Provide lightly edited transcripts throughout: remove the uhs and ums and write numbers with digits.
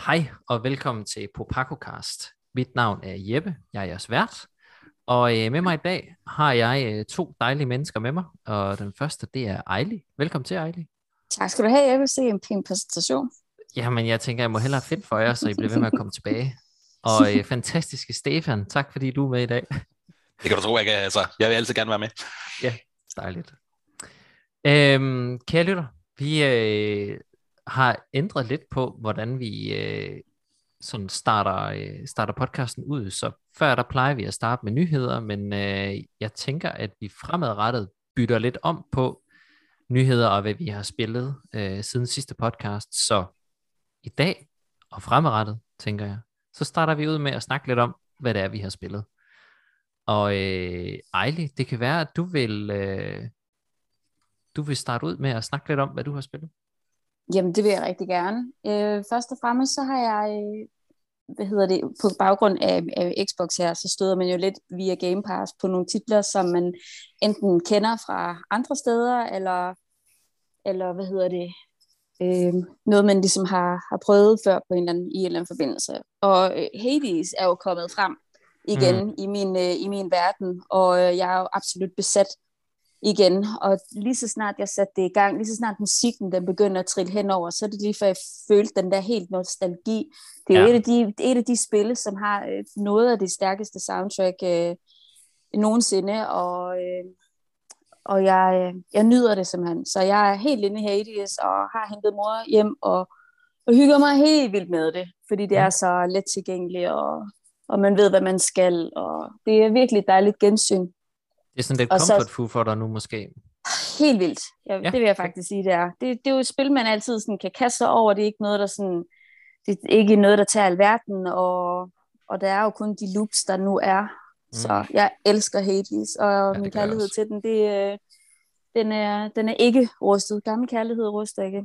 Hej og velkommen til ProPacoCast. Mit navn er Jeppe, jeg er jeres vært. Og med mig i dag har jeg to dejlige mennesker med mig. Og den første, det er Ejli. Velkommen til, Ejli. Tak skal du have. Jeg vil se en pæn præsentation. Jamen, jeg tænker, jeg må hellere finde for jer, så I bliver ved med at komme tilbage. Og fantastiske Stefan, tak fordi du er med i dag. Det kan du tro, jeg kan. Altså, jeg vil altid gerne være med. Ja, dejligt. Kære lytter, vi har ændret lidt på, hvordan vi sådan starter podcasten ud. Så før der plejer vi at starte med nyheder, men jeg tænker, at vi fremadrettet bytter lidt om på nyheder og hvad vi har spillet siden sidste podcast. Så i dag og fremadrettet, tænker jeg, så starter vi ud med at snakke lidt om, hvad det er, vi har spillet. Og Ejli, det kan være, at du vil starte ud med at snakke lidt om, hvad du har spillet. Jamen, det vil jeg rigtig gerne. Først og fremmest, så har jeg, på baggrund af Xbox her, så støder man jo lidt via Game Pass på nogle titler, som man enten kender fra andre steder, eller noget, man ligesom har prøvet før på i en eller anden forbindelse. Og Hades er jo kommet frem igen i min verden, og jeg er jo absolut besat igen, og lige så snart jeg satte det i gang, lige så snart musikken den begynder at trille henover, så er det lige før jeg følte den der helt nostalgi. Det er jo et af de spil, som har noget af det stærkeste soundtrack nogensinde, og jeg nyder det simpelthen. Så jeg er helt inde i Hades, og har hentet mor hjem, og hygger mig helt vildt med det, fordi det er så let tilgængeligt, og man ved, hvad man skal, og det er virkelig et dejligt gensyn. Det er sådan lidt comfort food for dig nu måske. Helt vildt. Det vil jeg faktisk sige, det er. Det er jo et spil, man altid sådan kan kaste sig over. Det er ikke noget, det er ikke noget, der tager alverden, og der er jo kun de loops, der nu er. Så jeg elsker Hades, og min kærlighed til den, den er ikke rustet. Gammel kærlighed ruster ikke.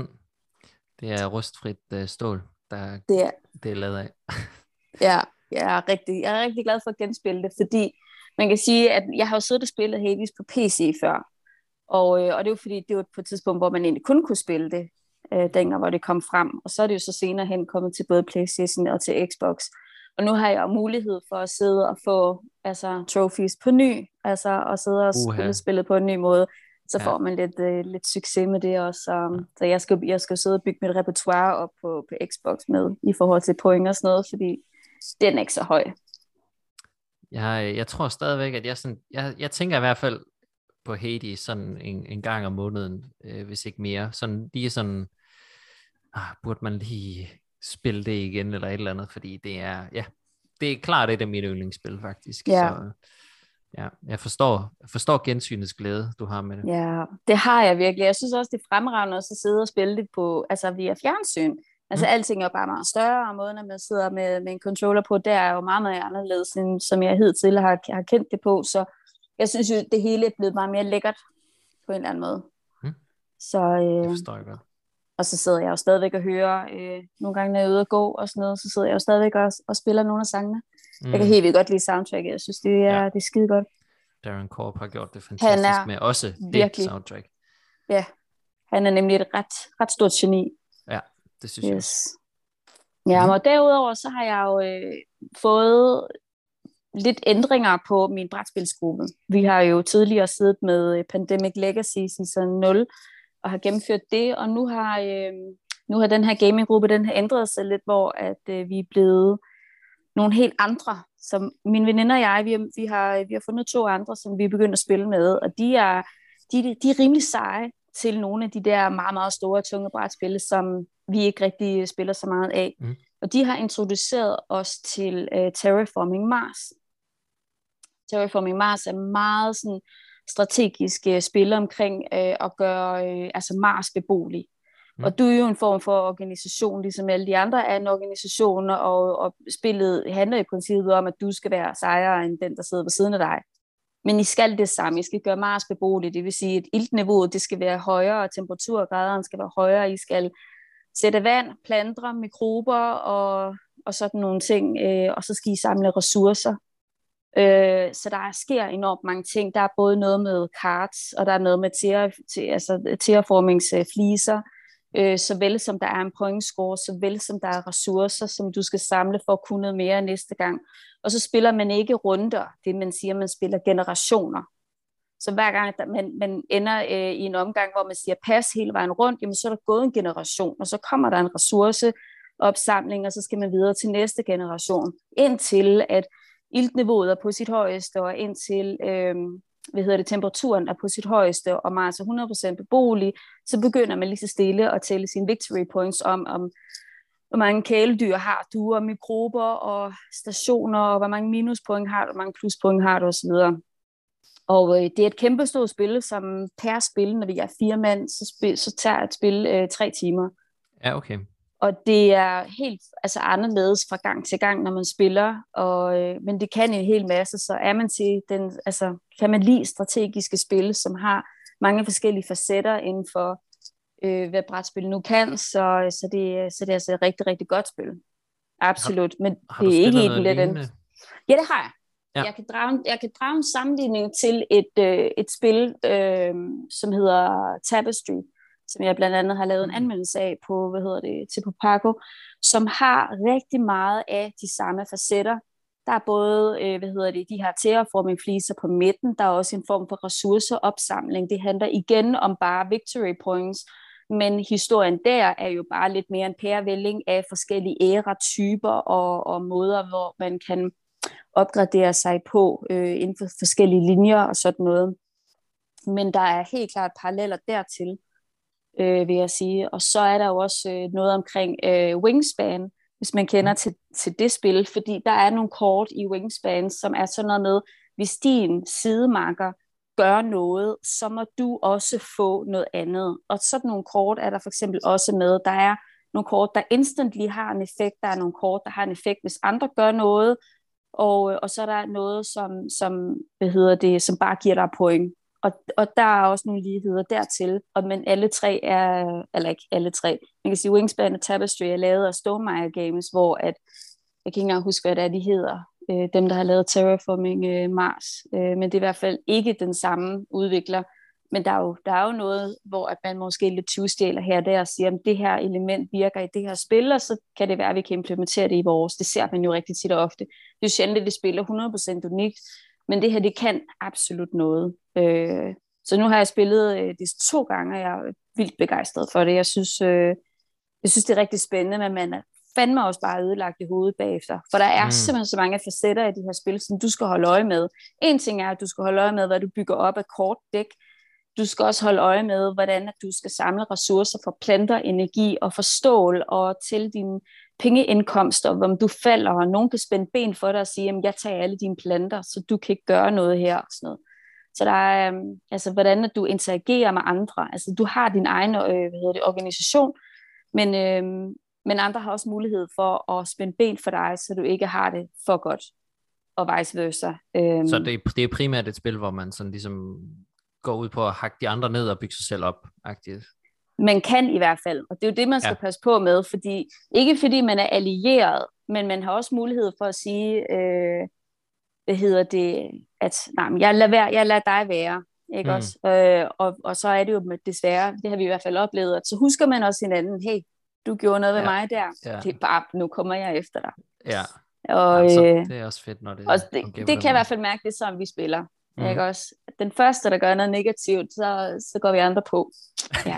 Det er rustfrit stål, det er lavet af. Ja, jeg er rigtig glad for at genspille det, fordi man kan sige, at jeg har jo siddet og spillet Hades på PC før, og det er jo fordi, det var på et tidspunkt, hvor man egentlig kun kunne spille det, dengang hvor det kom frem, og så er det jo så senere hen kommet til både PlayStation og til Xbox, og nu har jeg jo mulighed for at sidde og få trophies på ny, og sidde og spille spillet på en ny måde, så får man lidt succes med det også, så jeg skal sidde og bygge mit repertoire op på Xbox med, i forhold til point og sådan noget, fordi den er ikke så høj. Jeg tror stadigvæk, at jeg tænker i hvert fald på Hades sådan en gang om måneden, hvis ikke mere. Sådan lige sådan, burde man lige spille det igen eller et eller andet, fordi det er klart et af mine yndlingsspil faktisk. Ja. Så jeg forstår gensynets glæde, du har med det. Ja, det har jeg virkelig. Jeg synes også, det er fremragende at sidde og spille det på, via fjernsyn. Alting er jo bare meget større, og måden, at man sidder med en controller på, det er jo meget, meget anderledes, end som jeg hidtil har kendt det på. Så jeg synes jo, det hele er blevet meget mere lækkert på en eller anden måde. Så, det forstår jeg godt. Og så sidder jeg jo stadigvæk og hører, nogle gange når jeg er ude at gå og sådan noget, så sidder jeg jo stadigvæk og spiller nogle af sangene. Jeg kan helt vildt godt lide soundtracket. Jeg synes, det er skide godt. Darren Korb har gjort det fantastisk med også virkelig, det soundtrack. Ja, han er nemlig et ret stort geni. Ja, det synes jeg også. Ja, og derudover så har jeg jo fået lidt ændringer på min brætspilsgruppe. Vi har jo tidligere siddet med Pandemic Legacy Season 0 og har gennemført det, og nu har den her gaminggruppe, den har ændret sig lidt, hvor at vi er blevet nogle helt andre. Som mine veninder og jeg, vi har fundet 2 andre, som vi er begyndt at spille med, og de er rimelig seje til nogle af de der meget, meget store, tunge brætspil, som vi ikke rigtig spiller så meget af. Og de har introduceret os til Terraforming Mars. Terraforming Mars er meget sådan strategisk spil omkring at gøre Mars beboelig. Og du er jo en form for organisation, ligesom alle de andre er en organisation, og spillet handler i princippet om, at du skal være sejere end den, der sidder ved siden af dig. Men I skal det samme. I skal gøre Mars beboelig. Det vil sige, at iltniveauet det skal være højere, og temperaturgraderne skal være højere. I skal sætte vand, planter, mikrober og sådan nogle ting. Og så skal I samle ressourcer. Så der sker enormt mange ting. Der er både noget med cards, og der er noget med terraformingsfliser. såvel som der er en pointscore, såvel som der er ressourcer, som du skal samle for at kunne noget mere næste gang. Og så spiller man ikke runder, det man siger, man spiller generationer. Så hver gang man ender i en omgang, hvor man siger pas hele vejen rundt, jamen så er der gået en generation, og så kommer der en ressourceopsamling, og så skal man videre til næste generation, indtil at iltniveauet er på sit højeste, og indtil temperaturen er på sit højeste, og Mars er 100% beboelig, så begynder man lige så stille at tælle sine victory points om hvor mange kæledyr har du, og mikrober og stationer, og hvor mange minuspoint har du, hvor mange pluspoint har du osv. Og det er et kæmpe stort spil, som per spil, når vi er 4 mand, så tager et spil 3 timer. Ja, okay. Og det er helt anderledes fra gang til gang, når man spiller, men det kan en hel masse, så er man til kan man lide strategiske spil, som har mange forskellige facetter inden for, hvad brætspil nu kan, så det er altså et rigtig, rigtig godt spil. Absolut, men har det er ikke noget lignende? Ja, det har jeg. Ja. Jeg kan drage en sammenligning til et spil, som hedder Tapestry, som jeg blandt andet har lavet en anmeldelse af på, til Papago, som har rigtig meget af de samme facetter. Der er både, de her terraforming fliser på midten, der er også en form for ressourceopsamling. Det handler igen om bare victory points, men historien der er jo bare lidt mere en pærevælling af forskellige æra-typer og måder, hvor man kan opgradere sig på inden for forskellige linjer og sådan noget. Men der er helt klart paralleller dertil, vil jeg sige. Og så er der jo også noget omkring Wingspan, hvis man kender til det spil, fordi der er nogle kort i Wingspan, som er sådan noget med, hvis din sidemarker gør noget, så må du også få noget andet. Og sådan nogle kort er der for eksempel også med. Der er nogle kort, der instantly har en effekt. Der er nogle kort, der har en effekt, hvis andre gør noget. Og så er der noget, som bare giver dig point. Og der er også nogle ligheder dertil, men alle tre er, eller ikke alle tre, man kan sige Wingspan og Tapestry er lavet af Stonemaier Games, hvor at, jeg kan ikke engang huske, hvad det er, de hedder, dem der har lavet Terraforming Mars, men det er i hvert fald ikke den samme udvikler, men der er jo noget, hvor at man måske lidt tyvstjæler her og der og siger, at det her element virker i det her spil, og så kan det være, at vi kan implementere det i vores. Det ser man jo rigtig tit og ofte. Det er jo sjældent, at det spiller 100% unikt, men det her, det kan absolut noget. Så nu har jeg spillet det 2 gange, og jeg er vildt begejstret for det. Jeg synes, det er rigtig spændende, men man er fandme også bare ødelagt i hovedet bagefter. For der er simpelthen så mange facetter i de her spil, som du skal holde øje med. En ting er, at du skal holde øje med, hvad du bygger op af kortdæk. Du skal også holde øje med, hvordan at du skal samle ressourcer for planter, energi og for stål, og til dine pengeindkomster, hvor du falder, og nogen kan spænde ben for dig og sige, at jeg tager alle dine planter, så du kan ikke gøre noget her. Og sådan noget. Så der er, hvordan at du interagerer med andre. Altså, du har din egen organisation, men andre har også mulighed for at spænde ben for dig, så du ikke har det for godt, og vice versa. Så det er primært et spil, hvor man sådan ligesom går ud på at hakke de andre ned og bygge sig selv op, aktivt. Man kan i hvert fald, og det er jo det, man skal passe på med, ikke fordi man er allieret, men man har også mulighed for at sige, at nej, jeg lader dig være, ikke også? Og så er det jo desværre, det har vi i hvert fald oplevet, at så husker man også hinanden, hey, du gjorde noget ved mig der, det er bare, nu kommer jeg efter dig. Ja, og, så det er også fedt, når det det kan jeg i hvert fald mærke, det som vi spiller. Ikke også? Den første, der gør noget negativt, så går vi andre på. Ja.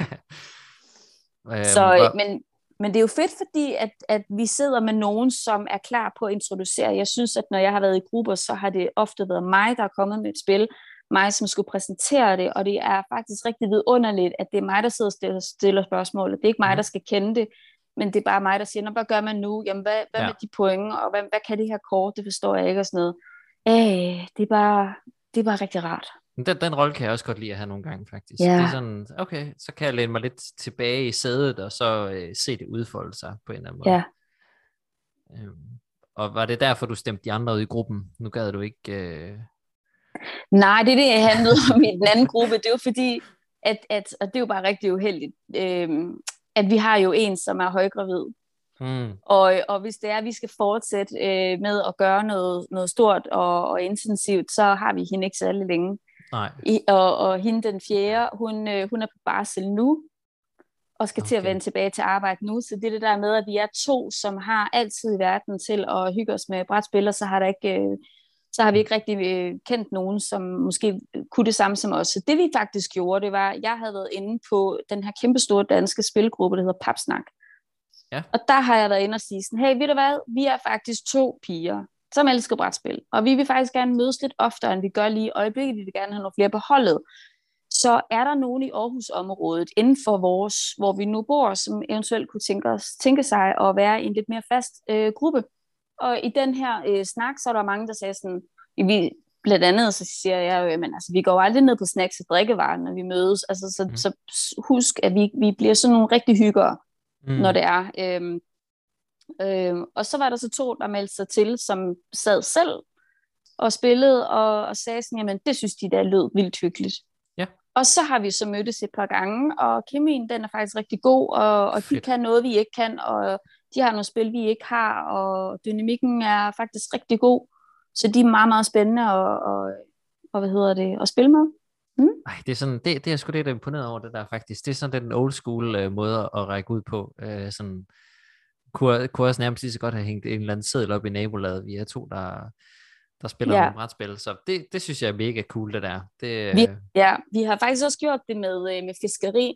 Men det er jo fedt, fordi at vi sidder med nogen, som er klar på at introducere. Jeg synes, at når jeg har været i grupper, så har det ofte været mig, der er kommet med et spil. Mig, som skulle præsentere det, og det er faktisk rigtig vidunderligt, at det er mig, der sidder og stiller spørgsmål. Det er ikke mig, der skal kende det, men det er bare mig, der siger, hvad gør man nu? Jamen, hvad med de point, og hvad kan det her kort? Det forstår jeg ikke, og sådan noget. Det er bare rigtig rart. Den rolle kan jeg også godt lide at have nogle gange, faktisk. Ja. Det er sådan, okay, så kan jeg læne mig lidt tilbage i sædet, og så se det udfolde sig på en eller anden måde. Ja. Og var det derfor, du stemte de andre ud i gruppen? Nu gad du ikke... Nej, det jeg handlede om i den anden gruppe. Det var fordi, og det er jo bare rigtig uheldigt, at vi har jo en, som er højgravid. Og hvis det er, at vi skal fortsætte med at gøre noget stort og intensivt, så har vi hende ikke særlig længe. Nej. Og hende den fjerde, hun er på barsel nu, og skal til at vende tilbage til arbejde nu. Så det er det der med, at vi er 2, som har altid i verden til at hygge os med brætspil, og så har vi ikke rigtig kendt nogen, som måske kunne det samme som os. Så det vi faktisk gjorde, det var, at jeg havde været inde på den her kæmpestore danske spilgruppe, der hedder Papsnak. Ja. Og der har jeg været inde og sige sådan, hey, ved du hvad, vi er faktisk 2 piger, som elsker brætspil, og vi vil faktisk gerne mødes lidt oftere, end vi gør lige i øjeblikket. Vi vil gerne have nogle flere på holdet. Så er der nogen i Aarhus-området inden for hvor vi nu bor, som eventuelt kunne tænke sig at være i en lidt mere fast gruppe. Og i den her snak, så er der mange, der sagde sådan, blandt andet så siger jeg jo, men altså, vi går jo aldrig ned på snacks og drikkevarer, når vi mødes. Altså, så husk, at vi bliver sådan nogle rigtig hyggere, når det er. Og så var der så 2, der meldte sig til, som sad selv og spillede og sagde sådan, jamen det synes de der lød vildt hyggeligt. Ja. Og så har vi så mødtes et par gange, og kemien den er faktisk rigtig god, og de kan noget, vi ikke kan, og de har nogle spil, vi ikke har, og dynamikken er faktisk rigtig god. Så de er meget, meget spændende at spille med. Ej, det er sådan, det er sgu lidt imponeret over det der faktisk. Det er sådan den old school måde at række ud på. Sådan, kunne også nærmest lige så godt have hængt en eller anden seddel op i nabolaget. Vi er 2, der spiller nogle brætspil. Så det synes jeg er mega cool, det der. Vi har faktisk også gjort det med fiskeri.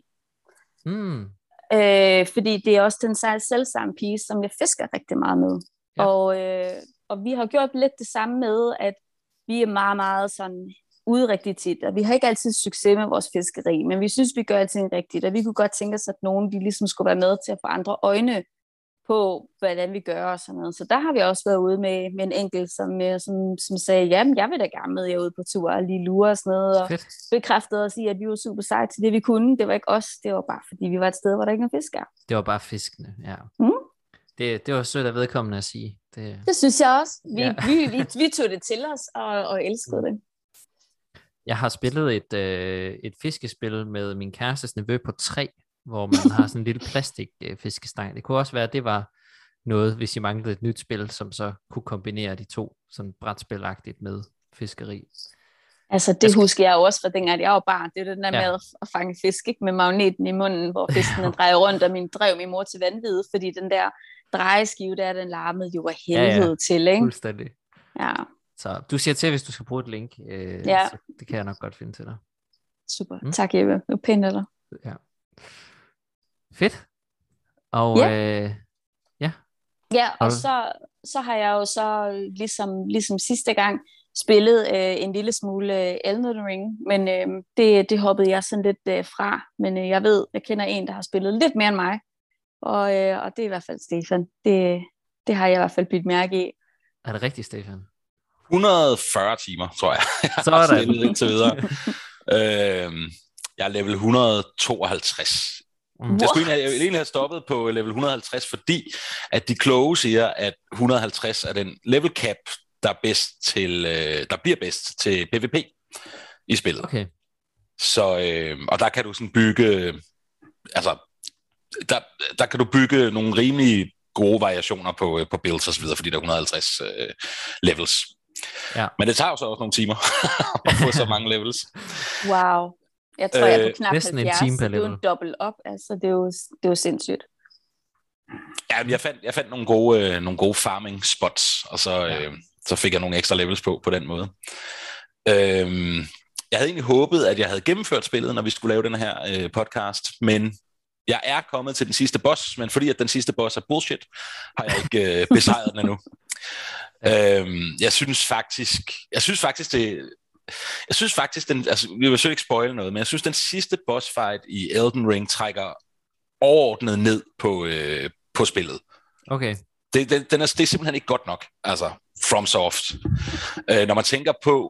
Fordi det er også den selvsamme pige, som jeg fisker rigtig meget med. Ja. Og vi har gjort lidt det samme med, at vi er meget, meget sådan ude rigtig tit, og vi har ikke altid succes med vores fiskeri, men vi synes, vi gør alting rigtigt, og vi kunne godt tænke os, at nogen de ligesom skulle være med til at få andre øjne på, hvordan vi gør og sådan noget. Så der har vi også været ude med en enkelt, som sagde, jamen, jeg vil da gerne med jer ude på tur og lige lure og sådan noget, og bekræftede os i, at vi var super seje til det, vi kunne. Det var ikke os, det var bare, fordi vi var et sted, hvor der ikke var fiskere. Det var bare fiskene, ja. Det var sødt af vedkommende at sige. Det synes jeg også. Vi tog det til os og elskede det. Jeg har spillet et fiskespil med min kærestes nevø på 3, hvor man har sådan en lille plastikfiskestang. Det kunne også være, at det var noget, hvis I manglede et nyt spil, som så kunne kombinere de 2, sådan brætspilagtigt med fiskeri. Altså det husker jeg også fra dengang jeg var barn. Det er den der med at fange fisk, ikke? Med magneten i munden, hvor fiskene drejer rundt, og drev min mor til vanvid, fordi den der drejeskive der, den larmede jo af helvede til, ikke? Fuldstændig. Ja. Så du siger til, hvis du skal bruge et link. Så det kan jeg nok godt finde til dig. Super. Tak, Jeppe. Det var pænt af dig. Ja. Fedt. Og og så har jeg jo så ligesom sidste gang spillet en lille smule Elden Ring, men det hoppede jeg sådan lidt fra. Men jeg kender en, der har spillet lidt mere end mig, og det er i hvert fald Stefan. Det har jeg i hvert fald bidt mærke i. Er det rigtigt, Stefan? 140 timer, tror jeg. Så er det. Indtil videre. Jeg er level 152. Jeg skulle egentlig have stoppet på level 150, fordi at de kloge siger, at 150 er den level cap, der bliver bedst til PvP i spillet. Okay. Så, og der kan du sådan bygge, altså, der kan du bygge nogle rimelig gode variationer på builds og så videre, fordi der er 150 levels. Ja. Men det tager jo så også nogle timer at få så mange levels. Wow. Jeg tror, jeg er på knap 70, så det er jo en dobbelt op. Altså, det er jo sindssygt. Ja, jeg fandt nogle gode farming spots, og så fik jeg nogle ekstra levels på den måde. Jeg havde egentlig håbet, at jeg havde gennemført spillet, når vi skulle lave den her podcast, men jeg er kommet til den sidste boss, men fordi at den sidste boss er bullshit, har jeg ikke besejret den endnu. Jeg synes faktisk, altså, vi vil selvfølgelig ikke spoile noget, men jeg synes, den sidste boss fight i Elden Ring trækker overordnet ned på spillet. Okay. Det er simpelthen ikke godt nok, altså FromSoft. Når man tænker på,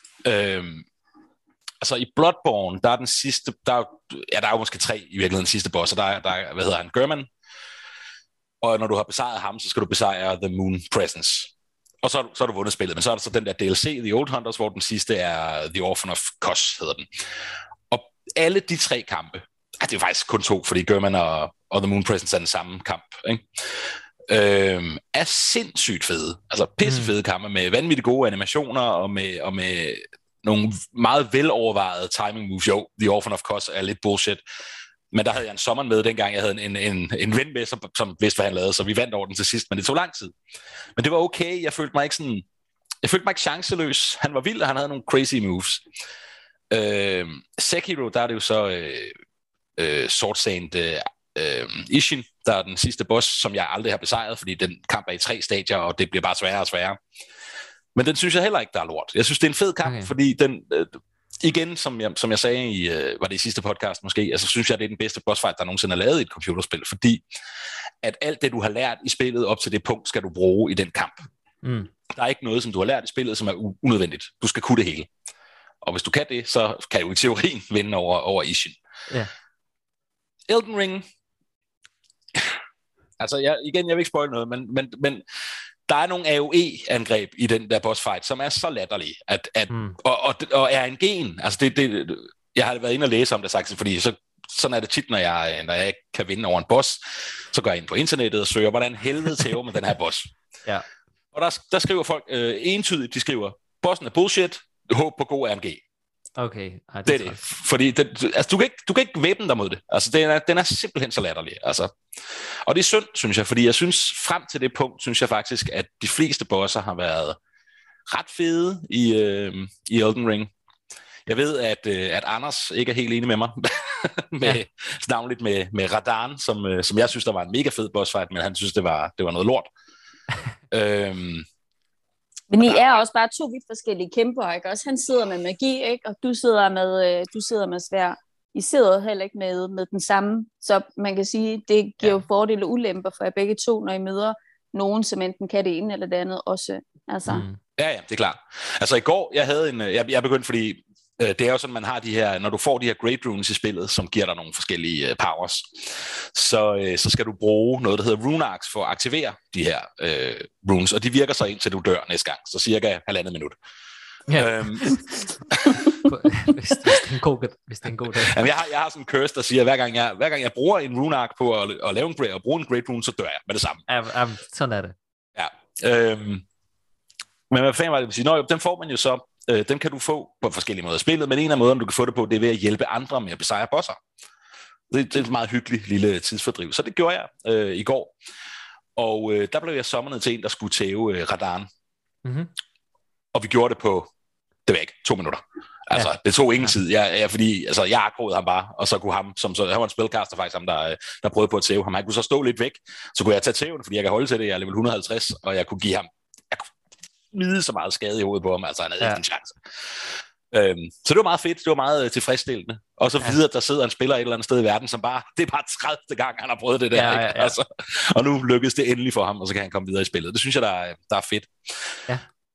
altså i Bloodborne, der er den sidste, der er jo måske 3 i virkeligheden sidste boss, og der er hvad hedder han, German, og når du har besejret ham, så skal du besejre The Moon Presence. Og så har du vundet spillet, men så er der så den der DLC, The Old Hunters, hvor den sidste er The Orphan of Kos, hedder den. Og alle de 3 kampe, det er faktisk kun 2, fordi German og The Moon Presence er den samme kamp, ikke? Er sindssygt fede. Altså pissefede kampe med vanvittigt gode animationer og med nogle meget velovervejede timing moves. Jo, The Orphan of Kos er lidt bullshit, Men der havde jeg en sommer med, dengang jeg havde en ven med, som vidste, hvad han lavede, så vi vandt over den til sidst, men det tog lang tid. Men det var okay, jeg følte mig ikke chanceløs. Han var vild, og han havde nogle crazy moves. Sekiro, der er det jo så Sword Saint Ishin, der er den sidste boss, som jeg aldrig har besejret, fordi den kamp er i 3 stadier, og det bliver bare sværere og sværere. Men den synes jeg heller ikke, der er lort. Jeg synes, det er en fed kamp, fordi den... Igen, som jeg sagde i, var det i sidste podcast måske, altså synes jeg, det er den bedste boss fight, der nogensinde er lavet i et computerspil, fordi at alt det, du har lært i spillet op til det punkt, skal du bruge i den kamp. Der er ikke noget, som du har lært i spillet, som er unødvendigt. Du skal kunne det hele. Og hvis du kan det, så kan du i teorien vinde over Ishin. Ja. Elden Ring, altså jeg vil ikke spoil noget, men der er nogle AOE-angreb i den der boss fight, som er så latterlige, og RNG'en, altså jeg har været inde og læse om det sagt, fordi sådan er det tit, når jeg ikke kan vinde over en boss, så går jeg ind på internettet og søger, hvordan helvede tæver med den her boss. Ja. Og der skriver folk entydigt, de skriver, bossen er bullshit, håb på god RNG. Okay. Ej, det er det. Fordi altså, du kan ikke væbne dig mod det. Altså, den er simpelthen så latterlig. Altså. Og det er synd, synes jeg, fordi jeg synes, frem til det punkt, synes jeg faktisk, at de fleste bosser har været ret fede i Elden Ring. Jeg ved, at Anders ikke er helt enig med mig, navnligt med Radahn, som jeg synes, der var en mega fed boss fight, men han synes, det var noget lort. Men I er også bare 2 vidt forskellige kæmper, ikke? Også han sidder med magi, ikke? Og du sidder med sværd. I sidder heller ikke med den samme. Så man kan sige, det giver jo fordele og ulemper for jer begge to, når I møder nogen, som enten kan det ene eller det andet også. Altså. Ja, det er klart. Altså i går, jeg begyndte, fordi det er jo sådan, man har de her, når du får de her Great Runes i spillet, som giver dig nogle forskellige powers, så skal du bruge noget, der hedder Rune Arcs for at aktivere de her runes, og de virker så indtil du dør næste gang, så cirka 1,5 minut. Ja. Hvis det er en god dag. Jamen, jeg har sådan en curse, der siger, at hver gang jeg bruger en Rune Arc på at lave bruge en Great Rune, så dør jeg med det samme. Ja, sådan er det. Ja. Men hvad fanden var det, vil sige? Nå, den får man jo så. Den kan du få på forskellige måder spillet, men en af måderne, du kan få det på, det er ved at hjælpe andre med at besejre bosser. Det er et meget hyggeligt lille tidsfordriv. Så det gjorde jeg i går. Og der blev jeg summonet til en, der skulle tæve Radahn. Mm-hmm. Og vi gjorde det på, det ved jeg ikke, 2 minutter. Altså, det tog ingen tid. Fordi jeg aggroede ham bare, og så kunne han var en spellcaster faktisk, ham, der prøvede på at tæve ham. Han kunne så stå lidt væk, så kunne jeg tage tæven, fordi jeg kan holde til det. Jeg er level 150, og jeg kunne give ham smide så meget skade i hovedet på ham, altså han havde ikke en chance. Så det var meget fedt, det var meget tilfredsstillende. Og så videre, der sidder en spiller et eller andet sted i verden, som det er bare 30. gang, han har prøvet det der. Ikke? Altså, og nu lykkedes det endelig for ham, og så kan han komme videre i spillet. Det synes jeg, der er fedt. Ja.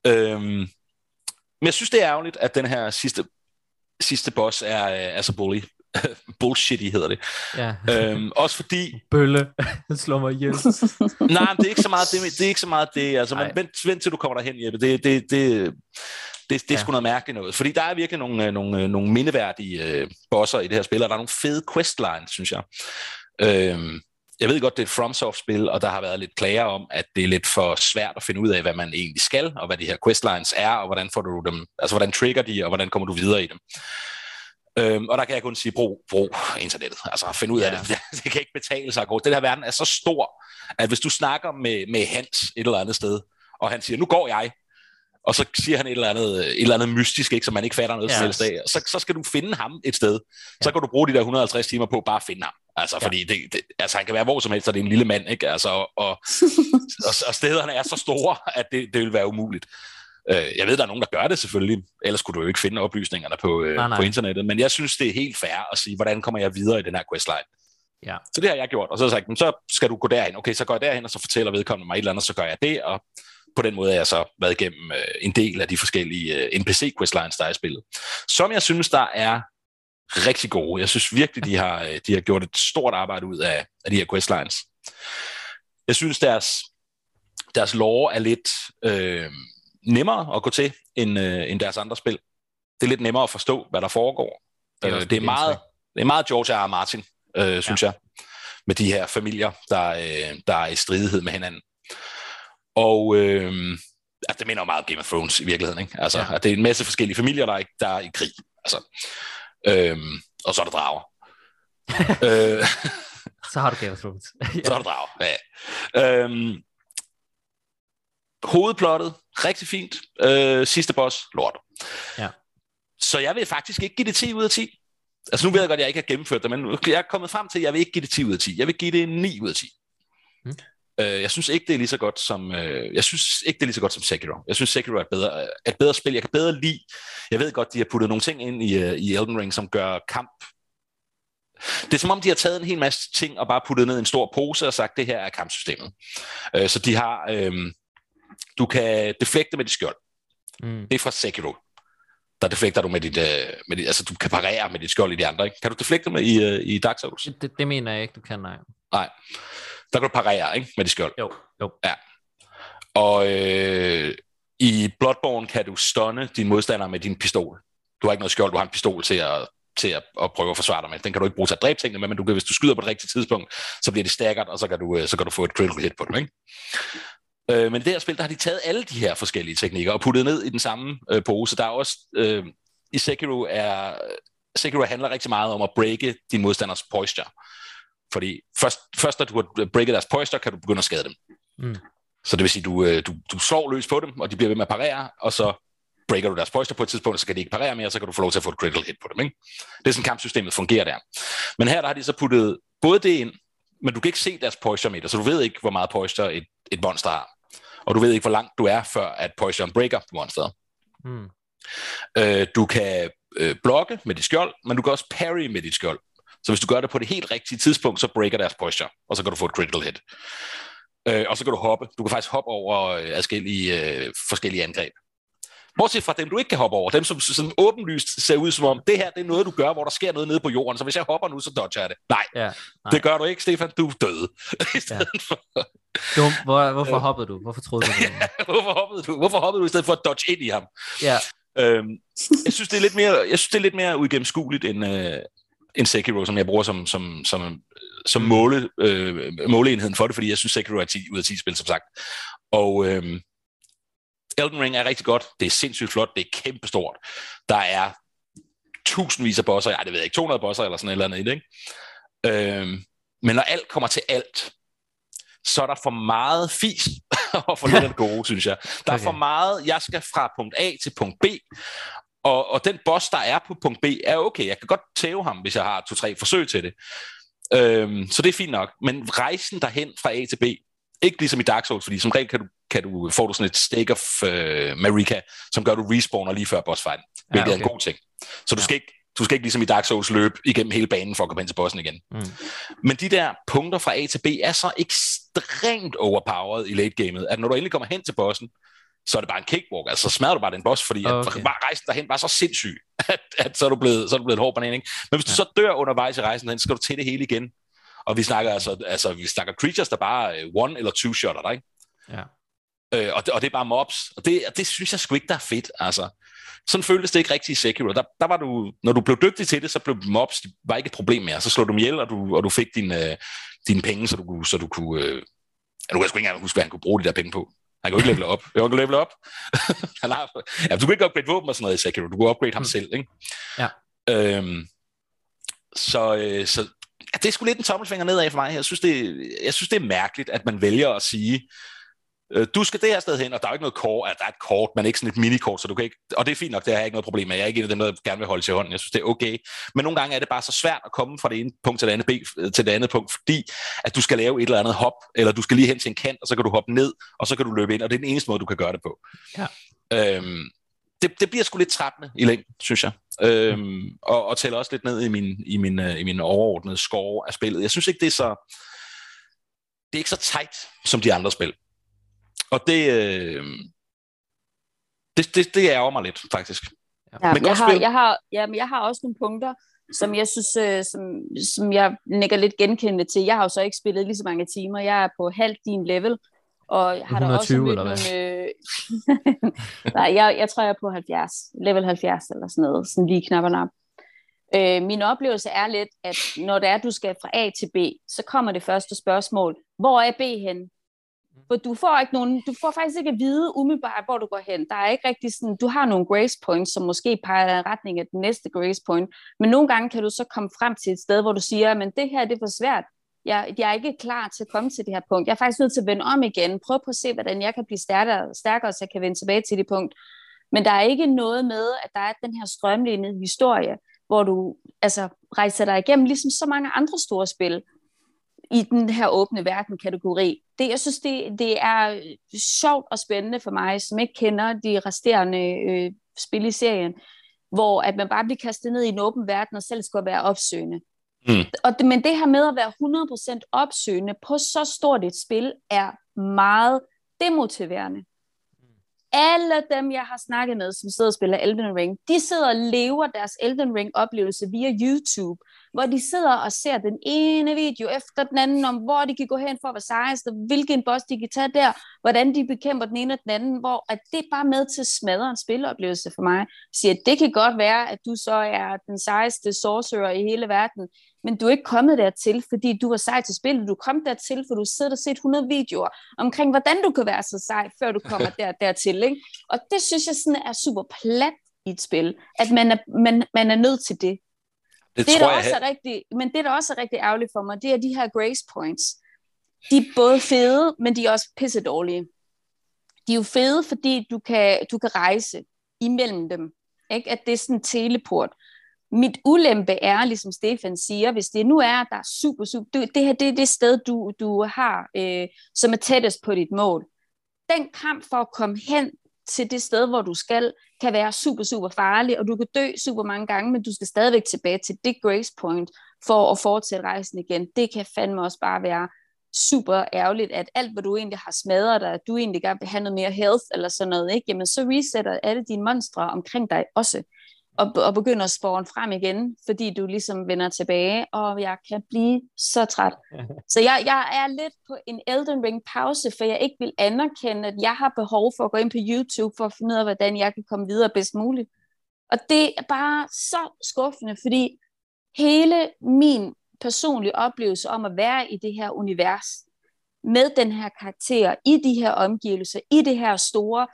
Men jeg synes, det er ærgerligt, at den her sidste boss er så bullshitty hedder det. Ja. Også fordi... Bølle. Slår mig ihjel. Nej, det er ikke så meget det. Altså, men vent til du kommer derhen, Jeppe. Det er sgu noget mærkeligt noget. Fordi der er virkelig nogle mindeværdige bosser i det her spil, og der er nogle fede questlines, synes jeg. Jeg ved godt, det er et FromSoft-spil, og der har været lidt klager om, at det er lidt for svært at finde ud af, hvad man egentlig skal, og hvad de her questlines er, og hvordan får du dem, altså hvordan trigger de, og hvordan kommer du videre i dem. Og der kan jeg kun sige, brug internettet. Altså find ud af det. Det kan ikke betale sig at gå. Den her verden er så stor, at hvis du snakker med Hans et eller andet sted, og han siger, nu går jeg, og så siger han et eller andet mystisk, ikke, som man ikke fatter noget som helst af, så skal du finde ham et sted. Så kan du bruge de der 150 timer på bare at finde ham. Altså, fordi altså, han kan være hvor som helst, så det er en lille mand, ikke? Altså, og stederne er så store, at det vil være umuligt. Jeg ved, der er nogen, der gør det selvfølgelig, ellers kunne du jo ikke finde oplysningerne på internettet, men jeg synes, det er helt fair at sige, hvordan kommer jeg videre i den her questline. Ja. Så det har jeg gjort, og så har jeg sagt, så skal du gå derhen. Okay, så går jeg derhen, og så fortæller vedkommende mig et eller andet, så gør jeg det, og på den måde har jeg så været igennem en del af de forskellige NPC-questlines, der er i spillet, som jeg synes, der er rigtig gode. Jeg synes virkelig, de har gjort et stort arbejde ud af de her questlines. Jeg synes, deres lore er lidt nemmere at gå til, end deres andre spil. Det er lidt nemmere at forstå, hvad der foregår. Det er meget George R. R. Martin, synes jeg, med de her familier, der er i stridighed med hinanden. Og det minder jo meget om Game of Thrones i virkeligheden, ikke? Altså, at det er en masse forskellige familier, der er i krig. Altså, og så er der drager. Så har du Game of Thrones. Så har du draget. Ja. Hovedplottet, rigtig fint. Sidste boss, lort. Ja. Så jeg vil faktisk ikke give det 10 ud af 10. Altså nu ved jeg godt, at jeg ikke har gennemført det, men jeg er kommet frem til, at jeg vil ikke give det 10 ud af 10. Jeg vil give det 9 ud af 10. Jeg synes ikke, det er lige så godt som Sekiro. Jeg synes, Sekiro er et bedre spil. Jeg kan bedre lide. Jeg ved godt, de har puttet nogle ting ind i Elden Ring, som gør kamp. Det er som om, de har taget en hel masse ting og bare puttet ned i en stor pose og sagt, det her er kampsystemet. Så de har... du kan deflekte med dit skjold. Det er fra Sekiro. Der deflekter du med dit... altså, du kan parere med dit skjold i de andre, ikke? Kan du deflekte med i Dark Souls? Det mener jeg ikke, du kan, nej. Nej. Der kan du parere, ikke? Med dit skjold. Jo. Ja. Og i Bloodborne kan du stunne din modstander med din pistol. Du har ikke noget skjold, du har en pistol til at prøve at forsvare dig med. Den kan du ikke bruge til at dræbe tingene med, men hvis du skyder på det rigtige tidspunkt, så bliver det staggered, og så kan du få et critical hit på dem, ikke? Men i det her spil, der har de taget alle de her forskellige teknikker og puttet ned i den samme pose. Der er også i Sekiro handler rigtig meget om at breake din modstanders posture. Fordi først da du har breaket deres posture, kan du begynde at skade dem. Så det vil sige, du slår løs på dem, og de bliver ved med at parere, og så breaker du deres posture på et tidspunkt, så kan de ikke parere mere, og så kan du få lov til at få et critical hit på dem, ikke? Det er sådan, kampsystemet fungerer der. Men her der har de så puttet både det ind, men du kan ikke se deres posture meter, så du ved ikke, hvor meget posture et monster har. Og du ved ikke, hvor langt du er, før at posturen breaker på monsteret. Du kan blokke med dit skjold, men du kan også parry med dit skjold. Så hvis du gør det på det helt rigtige tidspunkt, så breaker deres posture, og så kan du få et critical hit. Og så kan du hoppe. Du kan faktisk hoppe over forskellige angreb. Bortset fra dem, du ikke kan hoppe over. Dem, som åbenlyst ser ud som om, det her det er noget, du gør, hvor der sker noget nede på jorden. Så hvis jeg hopper nu, så dodger jeg det. Nej. Det gør du ikke, Stefan. Du er død. Hvorfor hoppede du? Hvorfor troede du det? Hvorfor hoppede du i stedet for at dodge ind i ham? Ja. Jeg synes, det er lidt mere uigennemskueligt end Sekiro, som jeg bruger som måleenheden for det, fordi jeg synes, Sekiro er 10 ud af 10 spil, som sagt. Og Elden Ring er rigtig godt. Det er sindssygt flot. Det er kæmpestort. Der er tusindvis af bosser. Det ved jeg ikke. 200 bosser eller sådan et eller andet i det, ikke? Men når alt kommer til alt, så er der for meget fis og for lidt af det gode, synes jeg. Der er for meget, jeg skal fra punkt A til punkt B, og den boss, der er på punkt B, er okay. Jeg kan godt tæve ham, hvis jeg har 2-3 forsøg til det. Så det er fint nok. Men rejsen derhen fra A til B, ikke ligesom i Dark Souls, fordi som regel får du sådan et stake of Marika, som gør, at du respawner lige før bossfighten, hvilket er en god ting. Så du skal ikke ligesom i Dark Souls løbe igennem hele banen for at komme hen til bossen igen. Men de der punkter fra A til B er så ekstremt overpowered i late-gamet, at når du endelig kommer hen til bossen, så er det bare en cakewalk. Altså så smadrer du bare den boss, fordi at rejsen derhen var så sindssyg, at så er du blevet et hård banan, ikke? Men hvis du så dør undervejs i rejsen derhen, så skal du til det hele igen. Og vi snakker creatures, der bare one eller two shotter dig, ikke? Ja. Og det er bare mobs. Og det synes jeg sgu ikke, der er fedt, altså. Sådan føltes det ikke rigtigt i Sekiro. Der var du, når du blev dygtig til det, så blev mobs var ikke et problem mere. Så slog du dem ihjel, og du fik dine penge, så du kunne... du kan sgu ikke engang huske, hvad han kunne bruge de der penge på. Han kunne ikke level op. Han kunne level op. Du kunne ikke upgrade våben og sådan noget i Sekiro. Du kunne upgrade ham selv, ikke? Ja. Så det er sgu lidt en tommelfinger nedad for mig. Jeg synes, det er mærkeligt, at man vælger at sige, du skal det her sted hen, og der er ikke noget kort, der er et kort, men ikke sådan et minikort, så du kan ikke, og det er fint nok, det har jeg ikke noget problem med. Jeg er ikke en af dem, der gerne vil holde til hånden. Jeg synes, det er okay. Men nogle gange er det bare så svært at komme fra det ene punkt til det andet punkt, fordi at du skal lave et eller andet hop, eller du skal lige hen til en kant, og så kan du hoppe ned, og så kan du løbe ind, og det er den eneste måde, du kan gøre det på. Ja. Det bliver sgu lidt trættende i længden, synes jeg. Og tæller også lidt ned i min overordnede score af spillet. Jeg synes ikke, det er ikke så tight som de andre spil. Og det ærger mig lidt, faktisk. Ja, men jeg har også nogle punkter, som jeg synes, som jeg nikker lidt genkendende til. Jeg har jo så ikke spillet lige så mange timer. Jeg er på halvt din level, og jeg har da også mødt nogle... Nej, jeg tror, jeg er på 70. Level 70 eller sådan noget. Sådan lige knap og nap. Min oplevelse er lidt, at når det er, du skal fra A til B, så kommer det første spørgsmål. Hvor er B hen? For du får faktisk ikke at vide umiddelbart, hvor du går hen. Der er ikke rigtig sådan, du har nogle grace points, som måske peger i retning af den næste grace point, men nogle gange kan du så komme frem til et sted, hvor du siger, men det her, det er for svært. Jeg er ikke klar til at komme til det her punkt. Jeg er faktisk nødt til at vende om igen. Prøv på at se, hvordan jeg kan blive stærkere, så jeg kan vende tilbage til det punkt. Men der er ikke noget med, at der er den her strømlignede historie, hvor du rejser dig igennem, ligesom så mange andre store spil i den her åbne verden-kategori. Jeg synes, det er sjovt og spændende for mig, som ikke kender de resterende spil i serien, hvor at man bare bliver kastet ned i en åben verden og selv skal være opsøgende. Men det her med at være 100% opsøgende på så stort et spil er meget demotiverende. Alle dem, jeg har snakket med, som sidder og spiller Elden Ring, de sidder og lever deres Elden Ring-oplevelse via YouTube, hvor de sidder og ser den ene video efter den anden, om hvor de kan gå hen for at være sejest, og hvilken boss de kan tage der, hvordan de bekæmper den ene og den anden, hvor at det er bare med til at smadre en spiloplevelse for mig. Siger, det kan godt være, at du så er den sejeste sorcerer i hele verden, men du er ikke kommet dertil, fordi du var sej til spillet. Du kom dertil, for du sidder og set 100 videoer omkring, hvordan du kan være så sej, før du kommer dertil. Ikke? Og det synes jeg sådan er super plat i et spil, at man er nødt til det. Det er der også rigtig, men det, der også er rigtig ærgerligt for mig, det er de her grace points. De er både fede, men de er også pisse dårlige. De er jo fede, fordi du kan rejse imellem dem. Ikke? At det er sådan en teleport. Mit ulempe er, ligesom Stefan siger, hvis det nu er, der er super, det her det er det sted, du har, som er tættest på dit mål. Den kamp for at komme hen til det sted, hvor du skal, kan være super farlig, og du kan dø super mange gange, men du skal stadigvæk tilbage til det grace point for at fortsætte rejsen igen. Det kan fandme også bare være super ærgerligt, at alt, hvad du egentlig har smadret dig, at du egentlig gerne vil have noget mere health eller sådan noget, ikke? Jamen så resetter alle dine monstre omkring dig også, og begynder at spawne frem igen, fordi du ligesom vender tilbage, og jeg kan blive så træt. Så jeg er lidt på en Elden Ring pause, for jeg ikke vil anerkende, at jeg har behov for at gå ind på YouTube, for at finde ud af, hvordan jeg kan komme videre bedst muligt. Og det er bare så skuffende, fordi hele min personlige oplevelse om at være i det her univers, med den her karakter, i de her omgivelser, i det her store,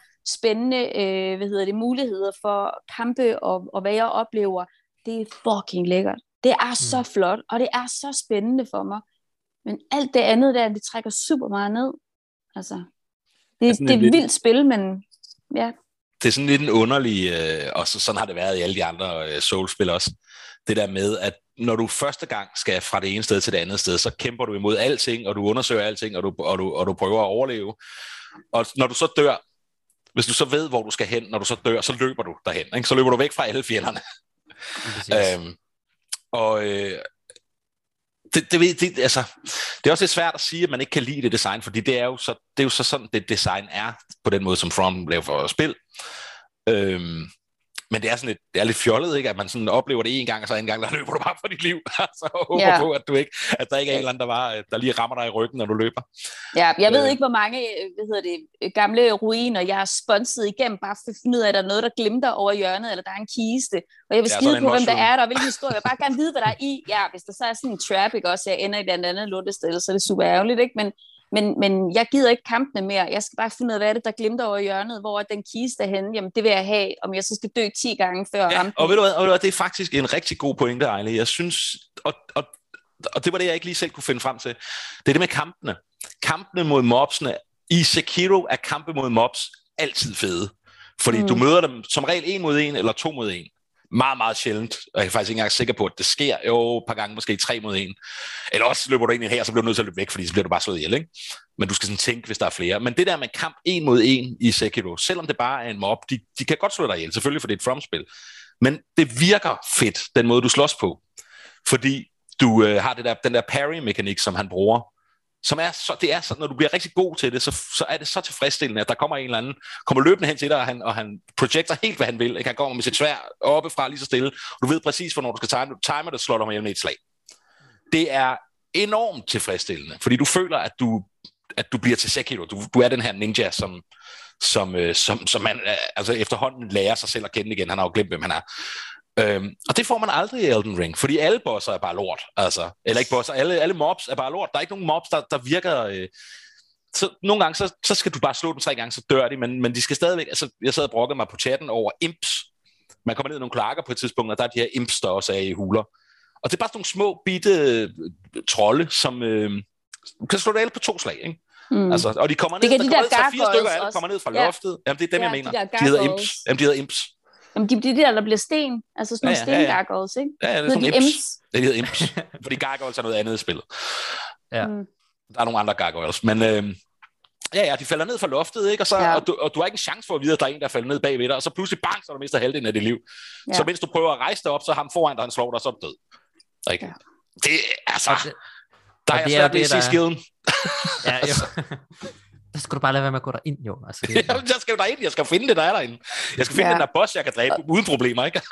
spændende muligheder for kampe og hvad jeg oplever, det er fucking lækkert. Det er så flot, og det er så spændende for mig. Men alt det andet der, det trækker super meget ned. Altså, det er et vildt spil, men ja. Det er sådan lidt en underlig, og sådan har det været i alle de andre Souls-spil også, det der med, at når du første gang skal fra det ene sted til det andet sted, så kæmper du imod alting, og du undersøger alting, og du prøver at overleve. Og når du så dør, hvis du så ved, hvor du skal hen, når du så dør, så løber du derhen. Ikke? Så løber du væk fra alle fjenderne. Det er også lidt svært at sige, at man ikke kan lide det design, fordi det er jo så sådan, det design er, på den måde, som From laver for spil. Men det er sådan lidt, det er lidt fjollet, ikke? At man sådan oplever det en gang, og så en gang, der løber du bare for dit liv. Så håber på, at der ikke er en eller anden, der lige rammer dig i ryggen, når du løber. Ja, jeg ved ikke, hvor mange gamle ruiner, jeg har sponset igennem, bare for at finde ud af, at der er noget, der glimter over hjørnet, eller der er en kiste. Og jeg vil skide på, hvem der er der, og hvilken historie. Jeg vil bare gerne vide, hvad der er i. Ja, hvis der så er sådan en trap, ikke også, jeg ender i et andet lortested, så er det super ærgerligt, ikke? Men jeg gider ikke kampene mere. Jeg skal bare finde ud af, hvad er det, der glimter over hjørnet, hvor den kiste er henne. Jamen, det vil jeg have, om jeg så skal dø 10 gange før at ramme. Og ved du hvad, det er faktisk en rigtig god pointe, Ejle. Jeg synes, og det var det, jeg ikke lige selv kunne finde frem til. Det er det med kampene. Kampene mod mobsene. I Sekiro er kampe mod mobs altid fede. Fordi du møder dem som regel 1 mod 1 eller 2 mod 1. Meget, meget sjældent, og jeg er faktisk ikke engang sikker på, at det sker jo et par gange, måske 3 mod 1. Eller også løber du ind i her, så bliver du nødt til at løbe væk, fordi så bliver du bare slået ihjel, ikke? Men du skal sådan tænke, hvis der er flere. Men det der med kamp 1 mod 1 i Sekiro, selvom det bare er en mob, de kan godt slå dig ihjel, selvfølgelig, for det er et From-spil. Men det virker fedt, den måde du slås på. Fordi du har den der parry-mekanik, som han bruger, som er så, det er så, når du bliver rigtig god til det, så er det så tilfredsstillende, at der kommer en eller anden, kommer løbende hen til dig, og han projekter helt, hvad han vil. Ikke? Han kommer med sit sværd oppefra lige så stille, og du ved præcis, hvornår du skal timer det, slår dig med et slag. Det er enormt tilfredsstillende, fordi du føler, at du bliver til Sekiro. Du er den her ninja, som man altså efterhånden lærer sig selv at kende igen. Han har jo glemt, hvem han er. Og det får man aldrig i Elden Ring, fordi alle bosser er bare lort, altså. Eller ikke bosser, alle mobs er bare lort. Der er ikke nogen mobs, der virker så nogle gange, så skal du bare slå dem 3 gange, så dør de, men de skal stadigvæk, altså jeg sad og brokkede mig på chatten over imps. Man kommer ned i nogle kloakker på et tidspunkt, og der er de her imps, der også er i huler. Og det er bare sådan nogle små, bitte trolde, som kan slå det alle på 2 slag, ikke? Altså, og de kommer ned, der kommer ned 3-4 stykker af dem, kommer ned fra loftet. Jamen, det er dem, jeg mener. De hedder imps. Jamen, de hedder imps. Jamen, de der bliver sten. Altså sådan nogle stengargoyles, ikke? Ja, det er sådan imps. Det hedder imps. Fordi gargoyles er noget andet i spillet. Ja. Der er nogle andre gargoyles, men de falder ned fra loftet, ikke? Og du har ikke en chance for at vide, at der er en, der falder ned bagved dig, og så pludselig bang, så du mister halvdelen af dit liv. Ja. Så mens du prøver at rejse dig op, så ham foran dig, han slår dig, så er du død. Ikke? Ja. Det er altså... Der er svært ved at se skillen. Ja, jo. Der skal du bare lade være med at gå derind, jo. Altså, jeg skal jo derind, jeg skal finde det, der er derinde. Jeg skal finde den der boss, jeg kan dræbe uden problemer, ikke?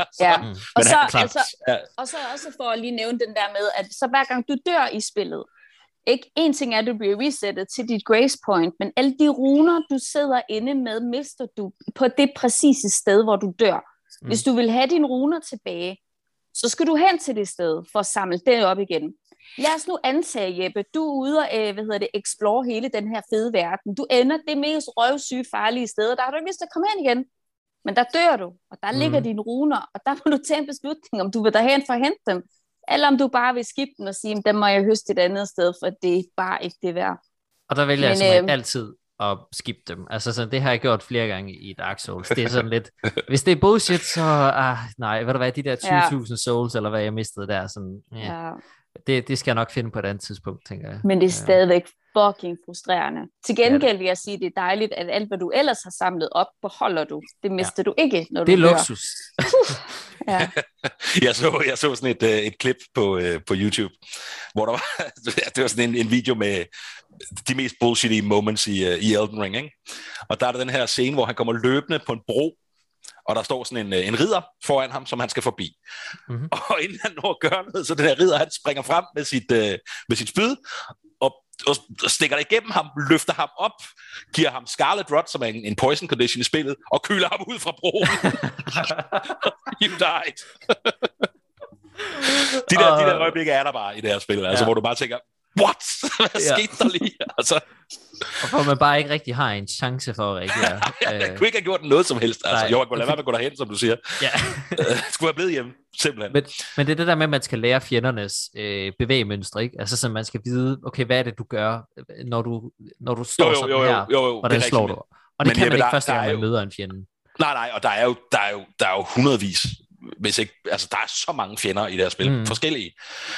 Og så også for at lige nævne den der med, at så hver gang du dør i spillet, ikke? En ting er, at du bliver resettet til dit grace point, men alle de runer, du sidder inde med, mister du på det præcise sted, hvor du dør. Hvis du vil have dine runer tilbage, så skal du hen til det sted for at samle det op igen. Lad os nu antage, Jeppe, du er ude og explore hele den her fede verden. Du ender det mest røvsyge, farlige sted, og der har du ikke lyst til at komme hen igen. Men der dør du, og der ligger dine runer, og der må du tage en beslutning, om du vil derhen for at hente dem, eller om du bare vil skippe dem og sige, dem må jeg høste et andet sted, for det er bare ikke det værd. Og der vælger jeg som altid at skippe dem. Altså sådan, det har jeg gjort flere gange i Dark Souls. Det er sådan lidt, hvis det er bullshit, så nej, ved du hvad, de der 20.000 souls, eller hvad jeg mistede der, sådan, det skal jeg nok finde på et andet tidspunkt, tænker jeg. Men det er stadigvæk fucking frustrerende. Til gengæld vil jeg sige, at det er dejligt, at alt, hvad du ellers har samlet op, beholder du. Det mister du ikke, når du dør. Det er luksus. Ja. Jeg så sådan et klip på YouTube, hvor der var, det var sådan en video med de mest bullshitty moments i Elden Ring, ikke? Og der er der den her scene, hvor han kommer løbende på en bro, og der står sådan en ridder foran ham, som han skal forbi. Mm-hmm. Og inden han når at gøre noget, så den her ridder, han springer frem med sit spyd, og stikker det igennem ham, løfter ham op, giver ham Scarlet Rot, som er en poison condition i spillet, og kyler ham ud fra broen. You died. De der øjeblikke er der bare i det her spil, altså, hvor du bare tænker, what? Hvad skete der lige? Altså. Og hvor man bare ikke rigtig har en chance for at reagere. Jeg kunne ikke have gjort noget som helst. Altså, jeg kunne lade være med at gå derhen, som du siger. Ja. Skulle have blevet hjemme, simpelthen. Men det er det der med, at man skal lære fjendernes bevægemønstre, ikke? Altså, så man skal vide, okay, hvad er det, du gør, når du står sådan her, hvordan slår du? Og det kan man ikke første gang, man møder en fjende. Nej, og der er jo hundredvis, hvis ikke, altså der er så mange fjender i det her spil, forskellige.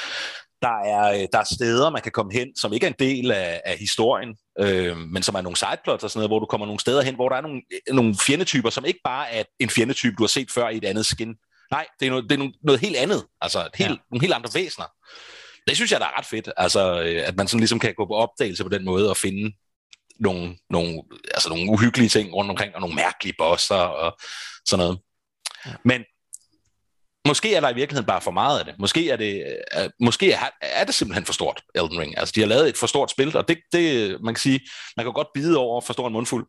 Der er steder, man kan komme hen, som ikke er en del af historien, men som er nogle sideplots og sådan noget, hvor du kommer nogle steder hen, hvor der er nogle fjendetyper, som ikke bare er en fjendetype, du har set før i et andet skin. Nej, det er noget helt andet. Altså nogle helt andre væsener. Det synes jeg, der er ret fedt. Altså, at man sådan ligesom kan gå på opdagelse på den måde og finde nogle uhyggelige ting rundt omkring, og nogle mærkelige bosser og sådan noget. Ja. Men måske er der i virkeligheden bare for meget af det. Måske er det simpelthen for stort, Elden Ring. Altså, de har lavet et for stort spil, og det man kan sige, man kan godt bide over for stor en mundfuld.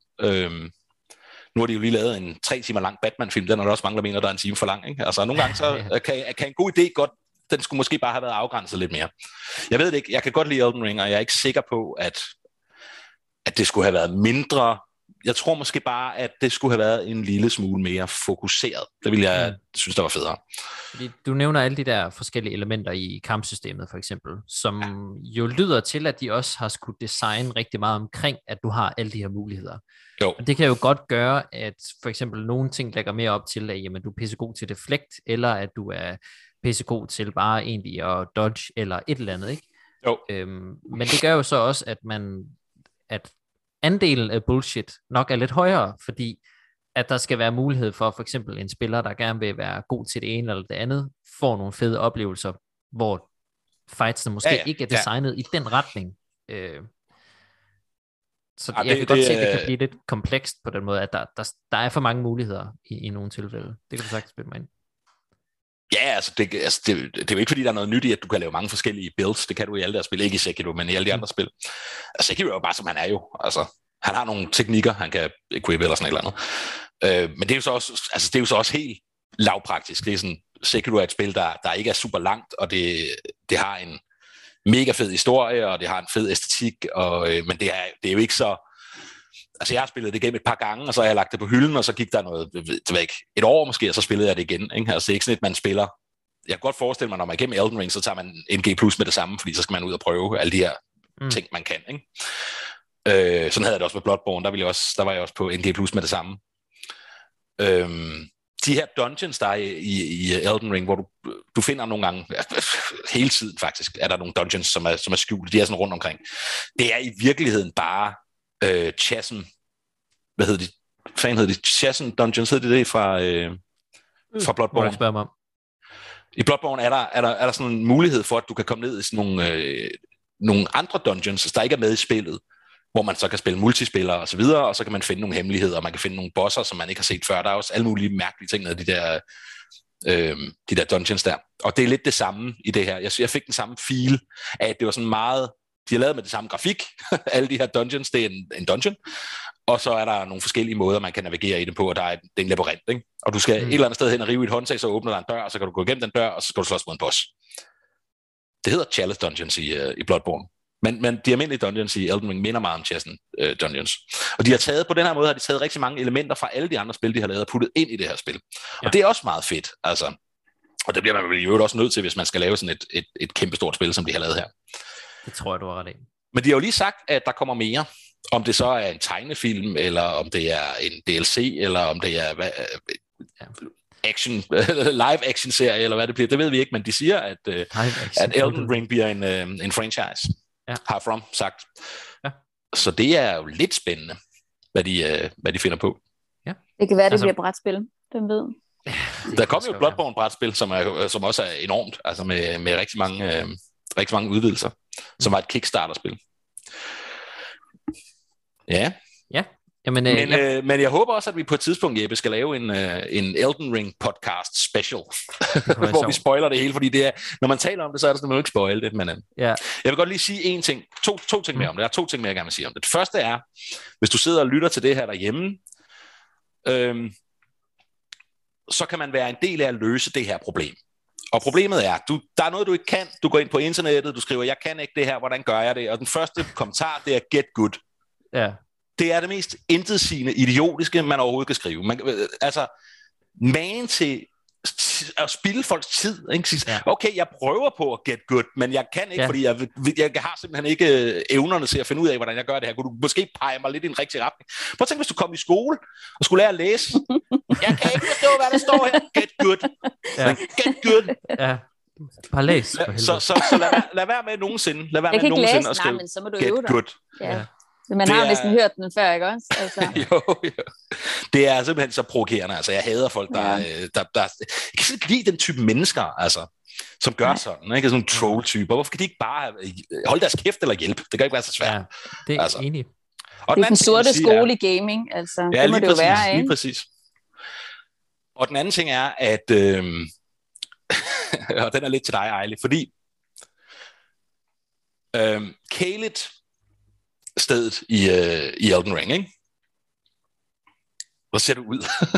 Nu har de jo lige lavet en 3 timer lang Batman-film, den er der også mange, der mener, der er en time for lang. Ikke? Altså, nogle gange så kan en god idé godt, den skulle måske bare have været afgrænset lidt mere. Jeg ved det ikke, jeg kan godt lide Elden Ring, og jeg er ikke sikker på, at det skulle have været mindre. Jeg tror måske bare, at det skulle have været en lille smule mere fokuseret. Det ville jeg synes, der var federe. Fordi du nævner alle de der forskellige elementer i kampsystemet, for eksempel, som jo lyder til, at de også har skulle designe rigtig meget omkring, at du har alle de her muligheder. Jo. Og det kan jo godt gøre, at for eksempel nogle ting lægger mere op til, at jamen, du er pissegod til deflect, eller at du er pissegod til bare egentlig at dodge, eller et eller andet, ikke? Jo. Men det gør jo så også, at andelen af bullshit nok er lidt højere, fordi at der skal være mulighed for eksempel en spiller, der gerne vil være god til det ene eller det andet, får nogle fede oplevelser, hvor fightsene måske ikke er designet i den retning. Så jeg kan godt se, at det kan blive lidt komplekst på den måde, at der er for mange muligheder i nogle tilfælde. Det kan du sagtens spille mig ind. Ja, altså det er jo ikke, fordi der er noget nyt i, at du kan lave mange forskellige builds. Det kan du i alle der spil. Ikke i Sekiro, men i alle de andre spil. Altså Sekiro er jo bare, som han er jo. Altså, han har nogle teknikker, han kan equip eller sådan et eller andet. Men det er jo så også, helt lavpraktisk. Det er sådan, Sekiro er et spil, der ikke er super langt, og det har mega fed historie, og det har en fed æstetik, men det er jo ikke så... Altså, jeg har spillet det igennem et par gange, og så har jeg lagt det på hylden, og så gik der noget, det ved ikke, et år måske, og så spillede jeg det igen. Ikke? Altså, det er ikke sådan, at man spiller... Jeg kan godt forestille mig, når man er igennem Elden Ring, så tager man NG Plus med det samme, fordi så skal man ud og prøve alle de her ting, man kan. Ikke? Sådan havde jeg det også med Bloodborne, der var jeg også på NG Plus med det samme. De her dungeons, der er i Elden Ring, hvor du finder nogle gange, hele tiden faktisk, er der nogle dungeons, som er skjult, de er sådan rundt omkring. Det er i virkeligheden bare Chasm, hvad hedder de? Fan hedder de? Chasm Dungeons, hedder det fra Bloodborne? I Bloodborne er der sådan en mulighed for, at du kan komme ned i sådan nogle andre dungeons, der ikke er med i spillet, hvor man så kan spille multispillere og så videre, og så kan man finde nogle hemmeligheder, og man kan finde nogle bosser, som man ikke har set før. Der er også alle mulige mærkelige ting nede de der dungeons der. Og det er lidt det samme i det her. Jeg fik den samme feel af, at det var sådan meget... De har lavet med det samme grafik. Alle de her dungeons, det er en dungeon. Og så er der nogle forskellige måder, man kan navigere i det på, og det er en labyrint, ikke? Og du skal et eller andet sted hen og rive et håndtag, så åbner der en dør, og så kan du gå igennem den dør, og så skal du slås mod en boss. Det hedder Chalice Dungeons i Bloodborne. Men de almindelige dungeons i Elden Ring minder meget om Chasm Dungeons. Og på den her måde har de taget rigtig mange elementer fra alle de andre spil, de har lavet og puttet ind i det her spil. Ja. Og det er også meget fedt, altså. Og det bliver man vel i øvrigt også nødt til, hvis man skal lave sådan et kæmpestort spil, som de har lavet her. Det tror jeg, du har ret i. Men de har jo lige sagt, at der kommer mere. Om det så er en tegnefilm, eller om det er en DLC, eller om det er live action serie, eller hvad det bliver, det ved vi ikke, men de siger, at Elden Ring bliver en franchise. Ja. Har From sagt. Ja. Så det er jo lidt spændende, hvad de finder på. Ja. Det kan være, det bliver brætspil. Hvem ved? Der kommer jo et Bloodborne brætspil, som også er enormt, altså med rigtig mange udvidelser, som var et Kickstarter-spil. Ja. Ja. Jamen, men jeg håber også, at vi på et tidspunkt, Jeppe, skal lave en Elden Ring podcast special, hvor vi spoiler det hele, fordi det er, når man taler om det, så er det sådan, at man ikke spoil det. Men jeg vil godt lige sige en ting, to ting mere om det. Der er 2 ting mere, jeg gerne vil sige om det. Det første er, hvis du sidder og lytter til det her derhjemme, så kan man være en del af at løse det her problem. Og problemet er, der er noget, du ikke kan. Du går ind på internettet, du skriver, jeg kan ikke det her, hvordan gør jeg det? Og den første kommentar, det er get good. Ja. Det er det mest intetsigende, idiotiske, man overhovedet kan skrive. Magen til at spilde folks tid. Ikke? Okay, jeg prøver på at get good, men jeg kan ikke, fordi jeg har simpelthen ikke evnerne til at finde ud af, hvordan jeg gør det her. Kunne du måske pege mig lidt i en rigtig retning? Prøv at tænke, hvis du kom i skole og skulle lære at læse. Jeg kan ikke forstå, hvad der står her. Get good. Ja. Get good. Ja. Bare læs. Så lad være med nogensinde. Lad være med nogensinde at skrive men så må du get good. Ja. Man har næsten hørt den før, ikke også? Altså. jo. Det er simpelthen så provokerende. Altså, jeg hader folk, der jeg kan ikke lide den type mennesker, altså, som gør sådan, ikke? Sådan nogle troll-typer. Hvorfor kan de ikke bare holde deres kæft eller hjælpe? Det kan ikke være så svært. Ja, det er enig. Og det er den sorte skole i gaming, altså. Ja, det må det jo være, ikke? Lige præcis. Og den anden ting er, at og den er lidt til dig, Ejli, fordi Caelid stedet i Elden Ring, ikke? Hvor ser du ud?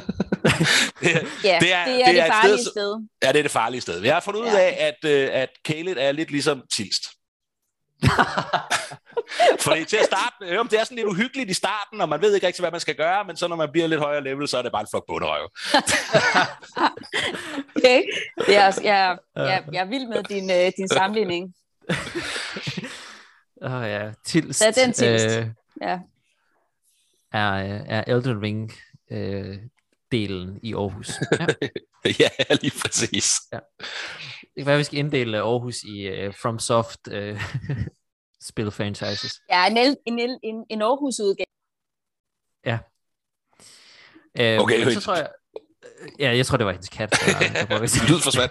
det er det farlige sted. Ja, det er det farlige sted. Vi har fundet ud af, at Caelid er lidt ligesom Tilst. Fordi til at starte med, det er sådan lidt uhyggeligt i starten, og man ved ikke rigtig, hvad man skal gøre, men så når man bliver lidt højere level, så er det bare en flok bunderøv. Okay. Jeg er vild med din sammenligning. Tilst. Ja, den Tilst. Er Elden Ring delen i Aarhus. Ja, lige præcis. Ja. Det kan være, vi skal inddele Aarhus i FromSoft spil franchises. Ja, en Aarhus-udgave. Ja. Okay, så tror jeg tror, det var hendes kat. Lyd forsvandt.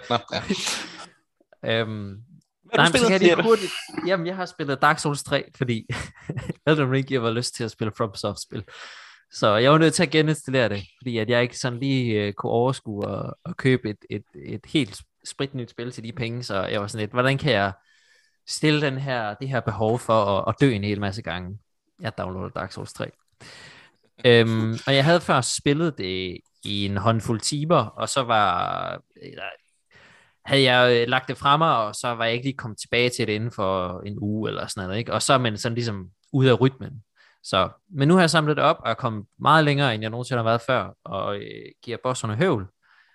Jamen, jeg har spillet Dark Souls 3, fordi Elden Ring giver mig lyst til at spille FromSoft-spil. Så jeg var nødt til at geninstallere det, fordi at jeg ikke sådan lige kunne overskue at købe et helt spritnyt spil til de penge, så jeg var sådan lidt, hvordan kan jeg stille det her behov for at dø en hel masse gange? Jeg downloadede Dark Souls 3. Og jeg havde først spillet det i en håndfuld timer, og så var havde jeg lagt det fra mig, og så var jeg ikke lige kommet tilbage til det inden for en uge eller sådan noget, ikke? Og så er man sådan ligesom ude af rytmen. Så, men nu har jeg samlet det op, og er kommet meget længere, end jeg nogensinde har været før, og giver bosserne høvl.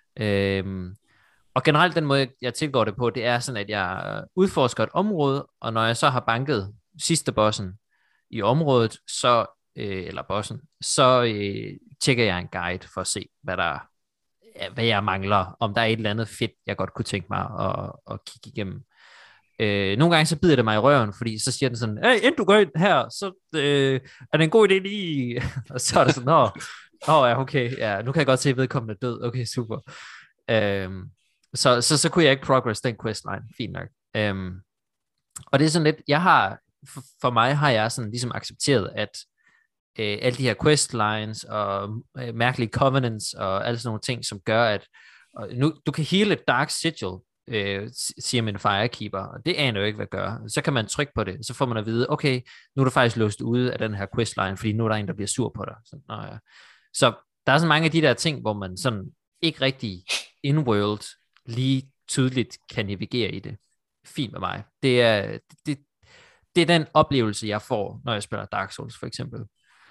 Og generelt den måde, jeg tilgår det på, det er sådan, at jeg udforsker et område, og når jeg så har banket sidste bossen i området, så, eller bossen, så tjekker jeg en guide for at se, hvad jeg mangler, om der er et eller andet fedt, jeg godt kunne tænke mig at kigge igennem. Nogle gange så bider det mig i røven, fordi så siger den sådan, hey, inden du går ind her, så er det en god idé lige, og så er det sådan, ja, okay, ja, nu kan jeg godt se, at vedkommende er død, okay, super. Så kunne jeg ikke progress den questline, fint nok. Og det er sådan lidt, for mig har jeg sådan ligesom accepteret, at alle de her questlines og mærkelige covenants og alle sådan nogle ting, som gør, at nu, du kan heal et dark sigil, siger min firekeeper, og det aner jo ikke, hvad gør. Så kan man trykke på det, så får man at vide, okay, nu er du faktisk låst ude af den her questline, fordi nu er der en, der bliver sur på dig. Så der er så mange af de der ting, hvor man sådan ikke rigtig in-world lige tydeligt kan navigere i det. Fint med mig. Det er den oplevelse, jeg får, når jeg spiller Dark Souls, for eksempel.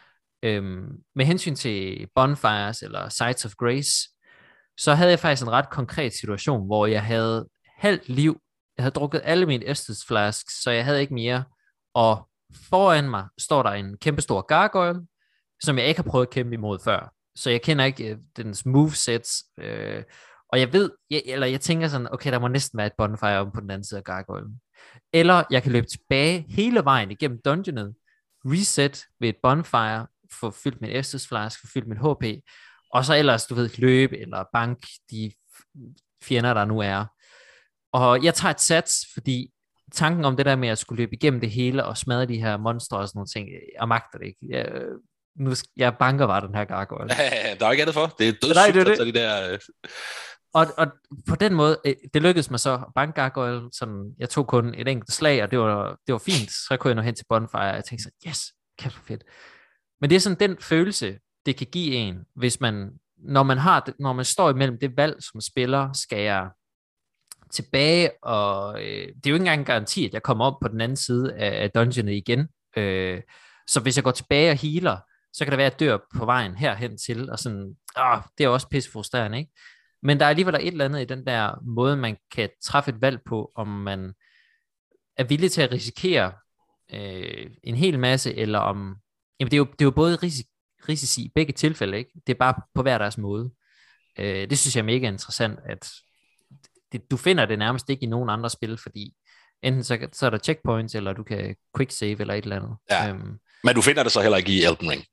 Med hensyn til Bonfires eller Sites of Grace, så havde jeg faktisk en ret konkret situation, hvor jeg havde halvt liv. Jeg havde drukket alle mine Estus flasks, så jeg havde ikke mere. Og foran mig står der en kæmpestor gargoyle, som jeg ikke har prøvet at kæmpe imod før. Så jeg kender ikke dens movesets. Og jeg tænker sådan, okay, der må næsten være et bonfire om på den anden side af gargoylen. Eller jeg kan løbe tilbage hele vejen igennem dungeonet, reset ved et bonfire, få fyldt min Estus flask, få fyldt min HP, og så ellers, du ved, løbe eller bank de fjender, der nu er. Og jeg tager et sats, fordi tanken om det der med at skulle løbe igennem det hele og smadre de her monstre og sådan nogle ting, jeg magter det ikke. Jeg banker bare den her gargoyle. Der er ikke andet for. Det er dødssygt, de der... Og på den måde, det lykkedes mig så at banke gargoyle, sådan, jeg tog kun et enkelt slag, og det var fint, så kunne jeg nå hen til bonfire, og jeg tænkte sådan, yes, kæft for fedt. Men det er sådan den følelse, det kan give en, hvis man, når man står imellem det valg som spiller, skal jeg tilbage, og det er jo ikke engang en garanti, at jeg kommer op på den anden side af dungeonet igen. Så hvis jeg går tilbage og healer, så kan det være, at jeg dør på vejen herhen til, og sådan, det er også pisse frustrerende, ikke? Men der er alligevel et eller andet i den der måde, man kan træffe et valg på, om man er villig til at risikere en hel masse, eller om... Jamen, det er jo både risici i begge tilfælde, ikke? Det er bare på hver deres måde. Det synes jeg er mega interessant, at du finder det nærmest ikke i nogen andre spil, fordi enten så er der checkpoints, eller du kan quick save, eller et eller andet. Ja. Men du finder det så heller ikke i Elden Ring?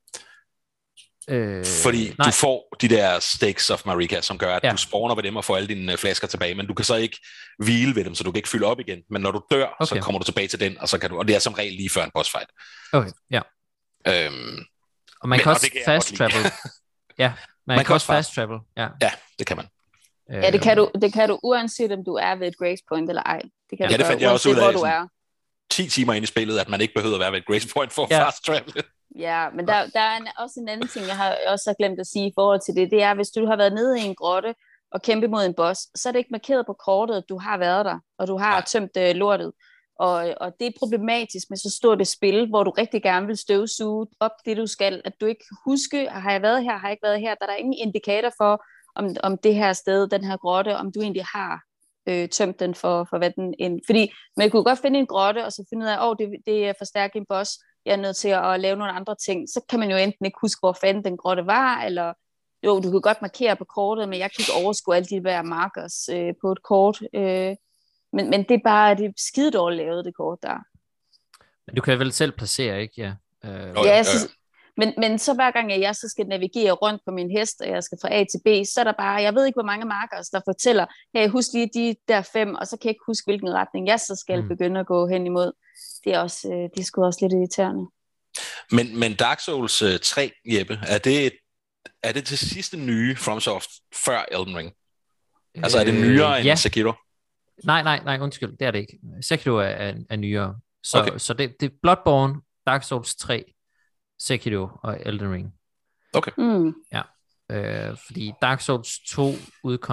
Fordi nej. Du får de der Stakes of Marika, som gør, at du spawner ved dem og får alle dine flasker tilbage, men du kan så ikke hvile ved dem, så du kan ikke fylde op igen. Men når du dør, så kommer du tilbage til den, og så kan du, og det er som regel lige før en boss fight. Okay, ja. Og man kan også fast travel. Ja, man kan også fast travel. Ja, det kan man. Ja, det kan du uanset om du er ved et grace point eller ej. Det kan det fandt jeg også ud af, sådan 10 timer ind i spillet, at man ikke behøver at være ved et grace point for fast travel. Ja, men der er også en anden ting, jeg har også glemt at sige i forhold til det. Det er, hvis du har været nede i en grotte og kæmpe mod en boss, så er det ikke markeret på kortet, at du har været der, og du har tømt lortet. Og det er problematisk med så stort et spil, hvor du rigtig gerne vil støvsuge op det, du skal. At du ikke husker, har jeg været her, har jeg ikke været her. Der er ingen indikator for, om det her sted, den her grotte, om du egentlig har tømt den for hvad den end. Fordi man kunne godt finde en grotte, og så finde ud af, det er for stærk en boss, jeg er nødt til at lave nogle andre ting. Så kan man jo enten ikke huske, hvor fanden den grotte var, eller jo, du kan godt markere på kortet, men jeg kan ikke overskue alle de der markers på et kort. Men det er bare skide dårligt lavet, det kort der. Men du kan vel selv placere, ikke? Ja. Men så hver gang jeg så skal navigere rundt på min hest, og jeg skal fra A til B, så er der bare, jeg ved ikke, hvor mange markers, der fortæller, hey, husk lige de der 5, og så kan jeg ikke huske, hvilken retning jeg så skal begynde at gå hen imod. Det er sgu også lidt irriterende. Men Dark Souls 3, Jeppe, er det til sidste nye FromSoft før Elden Ring? Altså er det nyere end Sekiro? Nej, undskyld, det er det ikke. Sekiro er nyere. Så det er Bloodborne, Dark Souls 3, Sekiro og Elden Ring. Okay. Ja, fordi Dark Souls 2 udkom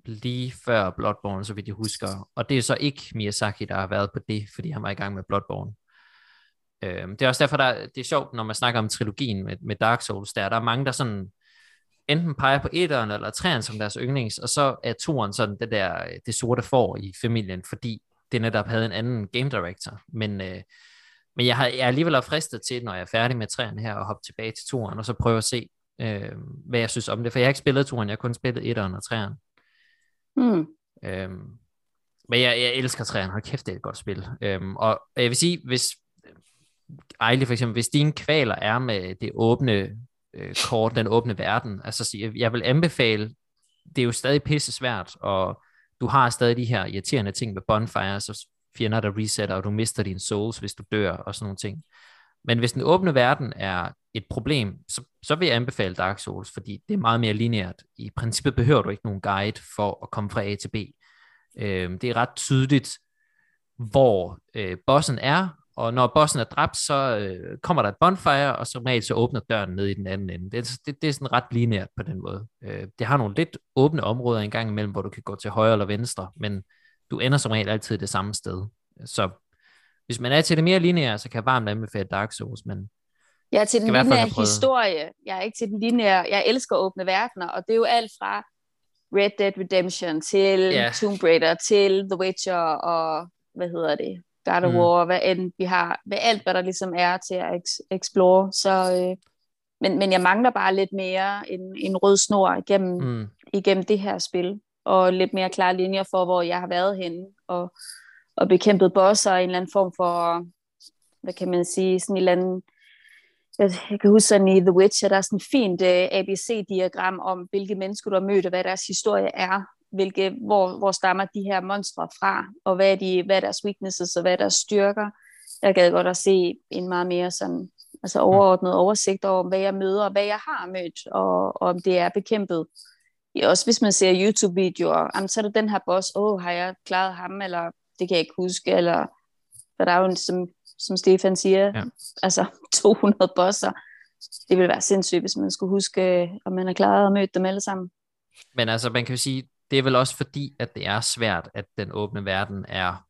lige før Bloodborne, så vidt jeg husker. Og det er så ikke Miyazaki, der har været på det, fordi han var i gang med Bloodborne. Det er også derfor, det er sjovt, når man snakker om trilogien med Dark Souls. Der er mange, der sådan enten peger på 1'eren eller 3'eren som deres yndlings, og så er 2'eren sådan det sorte får i familien, fordi det netop havde en anden game director. Men jeg er alligevel fristet til, når jeg er færdig med 3'eren her, at hoppe tilbage til 2'eren, og så prøve at se, hvad jeg synes om det. For jeg har ikke spillet 2'eren, jeg har kun spillet 1'eren og 3'eren. Men jeg elsker 3'eren, hold kæft, det er et godt spil. Og jeg vil sige, hvis Ejli for eksempel, hvis dine kvaler er med det åbne kort, den åbne verden, altså jeg vil anbefale, det er jo stadig pisse svært, og du har stadig de her irriterende ting med bonfires, og fjender der resetter, og du mister dine souls, hvis du dør, og sådan nogle ting. Men hvis den åbne verden er et problem, så vil jeg anbefale Dark Souls, fordi det er meget mere lineært. I princippet behøver du ikke nogen guide for at komme fra A til B. Det er ret tydeligt, hvor bossen er, og når bossen er dræbt, så kommer der et bonfire, og så åbner døren ned i den anden ende. Det er sådan ret lineært på den måde. Det har nogle lidt åbne områder en gang imellem, hvor du kan gå til højre eller venstre, men du ender som regel altid det samme sted. Så hvis man er til det mere lineære, så kan jeg varmt anbefale Dark Souls, men jeg er til den lineære historie. Jeg er ikke til den lineære. Jeg elsker åbne verdener, og det er jo alt fra Red Dead Redemption til Tomb Raider til The Witcher og God of War, hvad end vi har, med alt hvad der ligesom er til at explore. Så, men jeg mangler bare lidt mere en rød snor igennem det her spil, og lidt mere klare linjer for, hvor jeg har været henne, og bekæmpet bosser i en eller anden form for, hvad kan man sige, sådan en eller anden, jeg kan huske sådan i The Witcher, der er sådan et fint ABC-diagram om, hvilke mennesker du har mødt, og hvad deres historie er, hvor stammer de her monstre fra, og hvad er deres weaknesses, og hvad er deres styrker. Jeg gad godt at se en meget mere sådan, altså overordnet oversigt over, hvad jeg møder, og hvad jeg har mødt, og om det er bekæmpet. Også hvis man ser YouTube-videoer, så er det den her boss, har jeg klaret ham, eller det kan jeg ikke huske, eller der er jo, som Stefan siger, altså 200 bosser. Det ville være sindssygt, hvis man skulle huske, om man har klaret at møde dem alle sammen. Men altså, man kan jo sige, det er vel også fordi, at det er svært, at den åbne verden er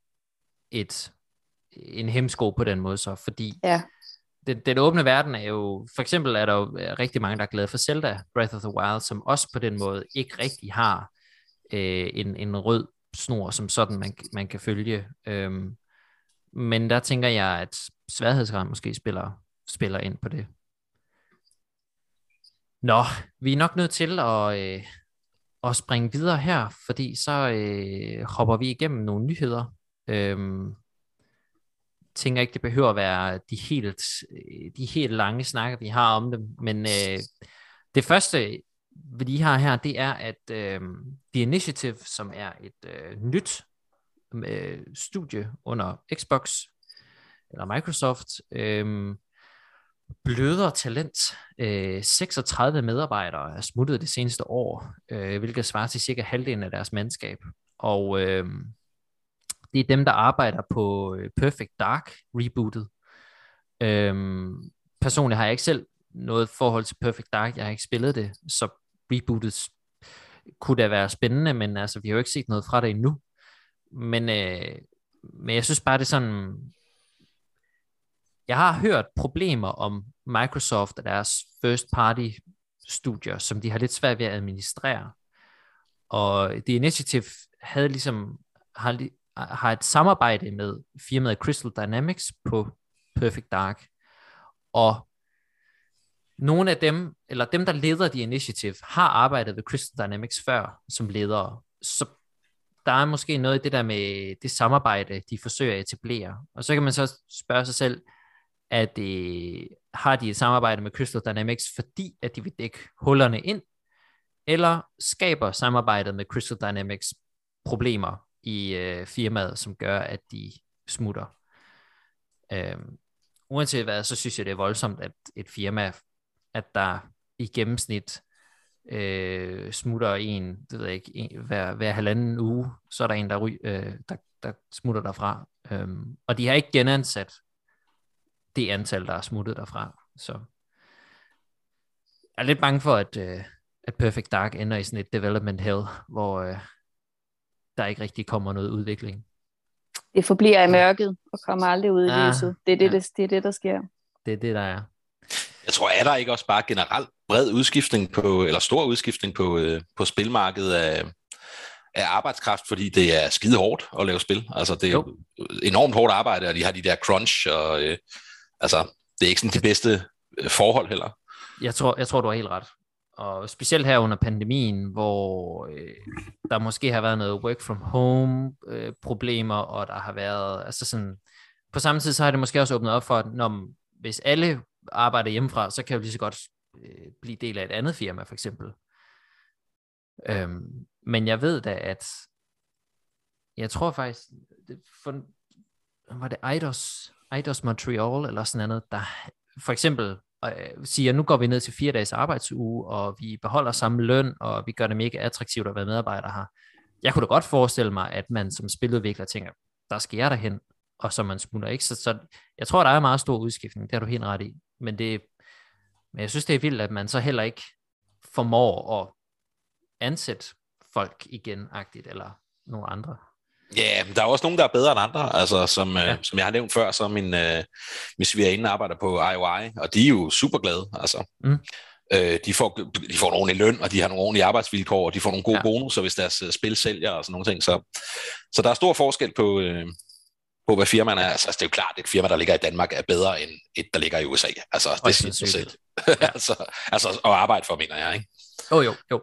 en hemsko på den måde så, fordi den åbne verden er jo, for eksempel er der jo rigtig mange, der er glade for Zelda Breath of the Wild, som også på den måde ikke rigtig har en rød snor, som sådan man kan følge. Men der tænker jeg, at sværhedsgraden måske spiller ind på det. Nå, vi er nok nødt til at springe videre her, fordi så hopper vi igennem nogle nyheder. Tænker ikke, det behøver at være de helt lange snakker, vi har om dem, men det første, vi lige har her, det er, at The Initiative, som er et nyt studie under Xbox eller Microsoft, bløder talent. 36 medarbejdere er smuttet det seneste år, hvilket svarer til cirka halvdelen af deres mandskab. Og det er dem, der arbejder på Perfect Dark rebootet. Personligt har jeg ikke selv noget forhold til Perfect Dark. Jeg har ikke spillet det, så rebootet kunne da være spændende, men altså, vi har jo ikke set noget fra det endnu. Men jeg synes bare, det er sådan... Jeg har hørt problemer om Microsoft og deres first party studier, som de har lidt svært ved at administrere. Og The Initiative havde ligesom, har et samarbejde med firmaet Crystal Dynamics på Perfect Dark. Og nogle af dem, eller dem, der leder The Initiative, har arbejdet ved Crystal Dynamics før som ledere. Så der er måske noget i det der med det samarbejde, de forsøger at etablere. Og så kan man så spørge sig selv, at har de et samarbejde med Crystal Dynamics, fordi at de vil dække hullerne ind, eller skaber samarbejdet med Crystal Dynamics problemer i firmaet, som gør, at de smutter. Uanset hvad, så synes jeg, det er voldsomt, at et firma, at der i gennemsnit smutter det ved jeg ikke, hver halvanden uge, så er der en, der smutter derfra. Og de har ikke genansat det antal, der er smuttet derfra. Så jeg er lidt bange for, at Perfect Dark ender i sådan et development hell, hvor der ikke rigtig kommer noget udvikling. Det forbliver i mørket og kommer aldrig ud i lyset. Det er det, der sker. Det er det, der er. Jeg tror, er der ikke også bare generelt bred udskiftning eller stor udskiftning på spilmarkedet af arbejdskraft, fordi det er skide hårdt at lave spil. Altså, det er jo enormt hårdt arbejde, og de har de der crunch, og altså, det er ikke sådan de bedste forhold heller. Jeg tror, du har helt ret. Og specielt her under pandemien, hvor der måske har været noget work from home problemer, og der har været, altså sådan, på samme tid, så har det måske også åbnet op for, at hvis alle arbejder hjemmefra, så kan jo lige så godt blive del af et andet firma, for eksempel. Men jeg ved da, at jeg tror faktisk, var det Eidos Montreal, eller sådan noget, der for eksempel siger, nu går vi ned til 4 dages arbejdsuge, og vi beholder samme løn, og vi gør det mega attraktivt at være medarbejder her. Jeg kunne da godt forestille mig, at man som spiludvikler tænker, der skal jeg derhen, og så man smutter ikke. Så jeg tror, der er meget stor udskiftning, det har du helt ret i. Men jeg synes, det er vildt, at man så heller ikke formår at ansætte folk igen-agtigt, eller nogle andre. Ja, der er også nogen, der er bedre end andre, altså som jeg har nævnt før, så min svigerinde arbejder på IOI, og de er jo super glade, altså. De får nogle ordentlige løn, og de har nogle ordentlige arbejdsvilkår, og de får nogle gode bonusser, hvis deres spil sælger og sådan nogle ting, så der er stor forskel på hvad firmaerne er. Altså, det er jo klart, at et firma, der ligger i Danmark, er bedre end et, der ligger i USA. Altså, det siger sig selv. Ja. altså, at arbejde for, mener jeg, ikke? Jo.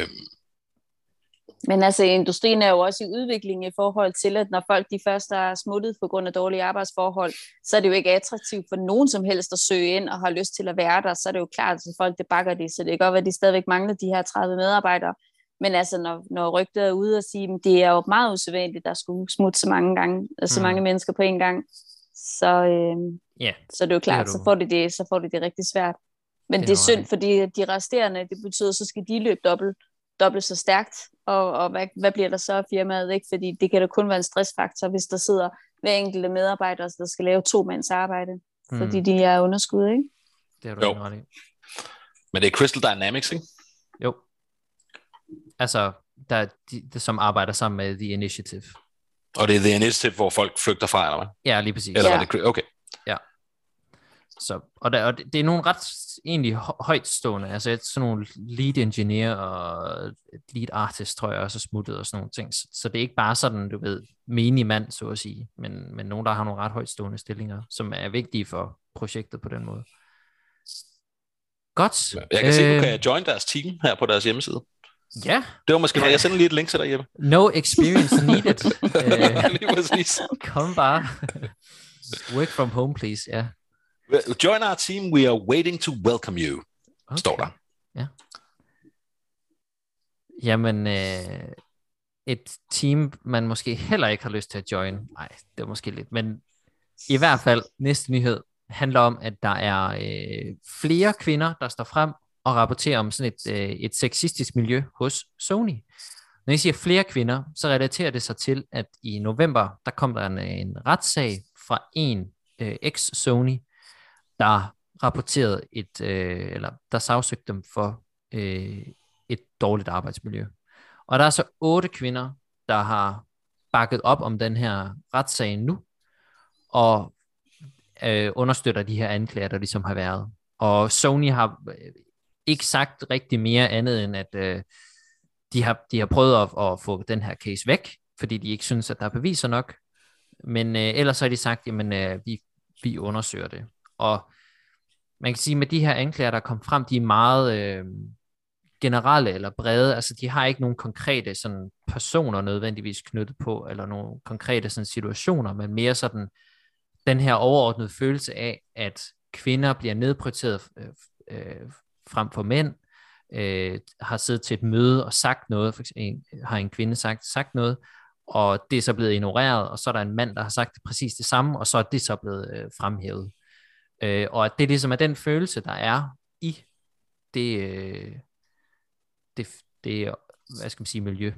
Men altså, industrien er jo også i udvikling i forhold til, at når folk de først er smuttet på grund af dårlige arbejdsforhold, så er det jo ikke attraktivt for nogen som helst at søge ind og har lyst til at være der. Så er det jo klart, at folk det bakker det, så det kan godt være, at de stadigvæk mangler de her 30 medarbejdere. Men altså, når rygtet er ude og sige, at det er jo meget usædvanligt, der skulle smutte så mange gange, så mange mennesker på en gang, så er det jo klart, så får de det rigtig svært. Men det er synd, fordi de resterende, det betyder, så skal de løbe dobbelt så stærkt, og hvad bliver der så af firmaet, ikke? Fordi det kan da kun være en stressfaktor, hvis der sidder hver enkelte medarbejder, der skal lave 2 mands arbejde, fordi de er underskud, ikke? Det har du ikke ret i. Men det er Crystal Dynamics, ikke? Jo. Altså, der er de, som arbejder sammen med The Initiative. Og det er The Initiative, hvor folk flygter fra, eller hvad? Ja, lige præcis. Eller var det okay. Ja. Så, og det er nogle ret egentlig højtstående, altså sådan nogle lead engineer og lead artist, tror jeg også er smuttet og sådan nogle ting. Så det er ikke bare sådan, du ved, menig mand, så at sige, men nogen, der har nogle ret højtstående stillinger, som er vigtige for projektet på den måde. Godt. Jeg kan se, du kan join deres team her på deres hjemmeside. Ja. Det var måske noget. Jeg sender lige et link til dig, Jeppe. No experience needed. Lige præcis. Kom bare. Work from home, please. Ja. Join our team. We are waiting to welcome you. Okay. Står der. Ja. Jamen, et team, man måske heller ikke har lyst til at join. Nej, det er måske lidt. Men i hvert fald, næste nyhed handler om, at der er flere kvinder, der står frem og rapporterer om sådan et sexistisk miljø hos Sony. Når jeg siger flere kvinder, så relaterer det sig til, at i november, der kom der en retssag fra en ex-Sony, der rapporterede eller der sagsøgte dem for et dårligt arbejdsmiljø. Og der er så 8 kvinder, der har bakket op om den her retssag nu, og understøtter de her anklager, der ligesom har været. Og Sony har ikke sagt rigtig mere andet, end at de har prøvet at få den her case væk, fordi de ikke synes, at der er beviser nok. Men ellers har de sagt, jamen vi undersøger det. Og man kan sige, at med de her anklager, der kom frem, de er meget generelle eller brede. Altså de har ikke nogen konkrete sådan, personer nødvendigvis knyttet på, eller nogle konkrete sådan, situationer, men mere sådan den her overordnede følelse af, at kvinder bliver nedprioriteret frem for mænd, har siddet til et møde og sagt noget, for eksempel har en kvinde sagt noget, og det er så blevet ignoreret, og så er der en mand, der har sagt præcis det samme, og så er det så blevet fremhævet. Og at det ligesom er den følelse, der er i det hvad skal man sige, miljø.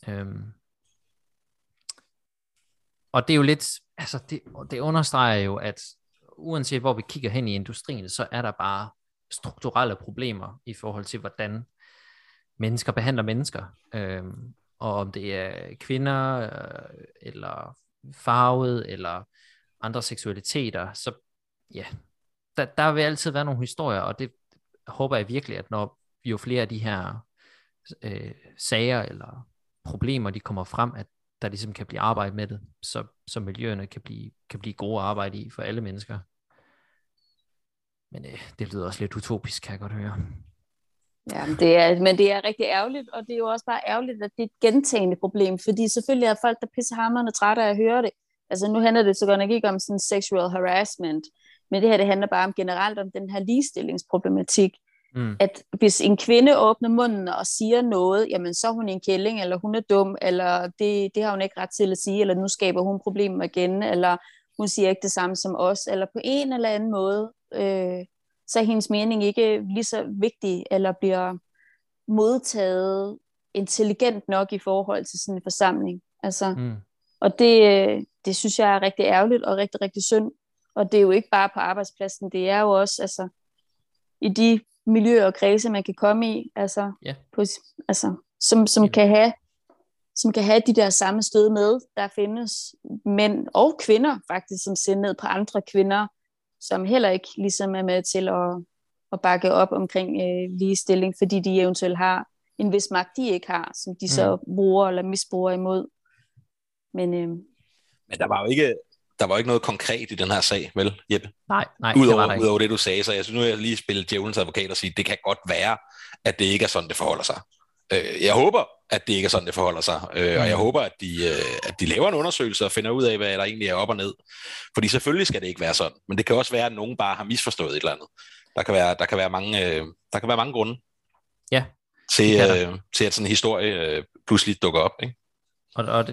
Og det er jo lidt, altså det understreger jo, at uanset hvor vi kigger hen i industrien, så er der bare strukturelle problemer i forhold til, hvordan mennesker behandler mennesker. og om det er kvinder, eller farvet, eller andre seksualiteter, så ja, der vil altid være nogle historier, og det håber jeg virkelig, at når jo flere af de her sager eller problemer, de kommer frem, at der ligesom kan blive arbejdet med det, så miljøerne kan blive gode at arbejde i for alle mennesker. Men det lyder også lidt utopisk, kan jeg godt høre. Ja, men det er rigtig ærgerligt, og det er jo også bare ærgerligt, at det er et gentagende problem, fordi selvfølgelig er folk, der pissehamrende trætte af at høre det. Altså nu handler det så godt nok ikke om sådan sexual harassment, men det handler bare om generelt om den her ligestillingsproblematik, at hvis en kvinde åbner munden og siger noget, jamen så er hun en kælling, eller hun er dum, eller det har hun ikke ret til at sige, eller nu skaber hun problemer igen, eller hun siger ikke det samme som os, eller på en eller anden måde, så er hendes mening ikke lige så vigtig, eller bliver modtaget intelligent nok i forhold til sådan en forsamling. Altså, og det synes jeg er rigtig ærgerligt, og rigtig, rigtig synd. Og det er jo ikke bare på arbejdspladsen, det er jo også altså, i de miljøer og kredse, man kan komme i, altså, som kan have de der samme stød med. Der findes mænd og kvinder faktisk, som ser ned på andre kvinder, som heller ikke ligesom er med til at bakke op omkring ligestilling, fordi de eventuelt har en vis magt, de ikke har, som de så bruger eller misbruger imod. Men der var jo ikke noget konkret i den her sag, vel, Jeppe? Nej, Udover det, du sagde, så jeg synes nu, jeg lige spille djævelens advokat og sige, det kan godt være, at det ikke er sådan, det forholder sig. Jeg håber, at det ikke er sådan, det forholder sig, og jeg håber, at de laver en undersøgelse og finder ud af, hvad der egentlig er op og ned. Fordi selvfølgelig skal det ikke være sådan, men det kan også være, at nogen bare har misforstået et eller andet. Der kan være mange grunde til at sådan en historie pludselig dukker op, ikke? Og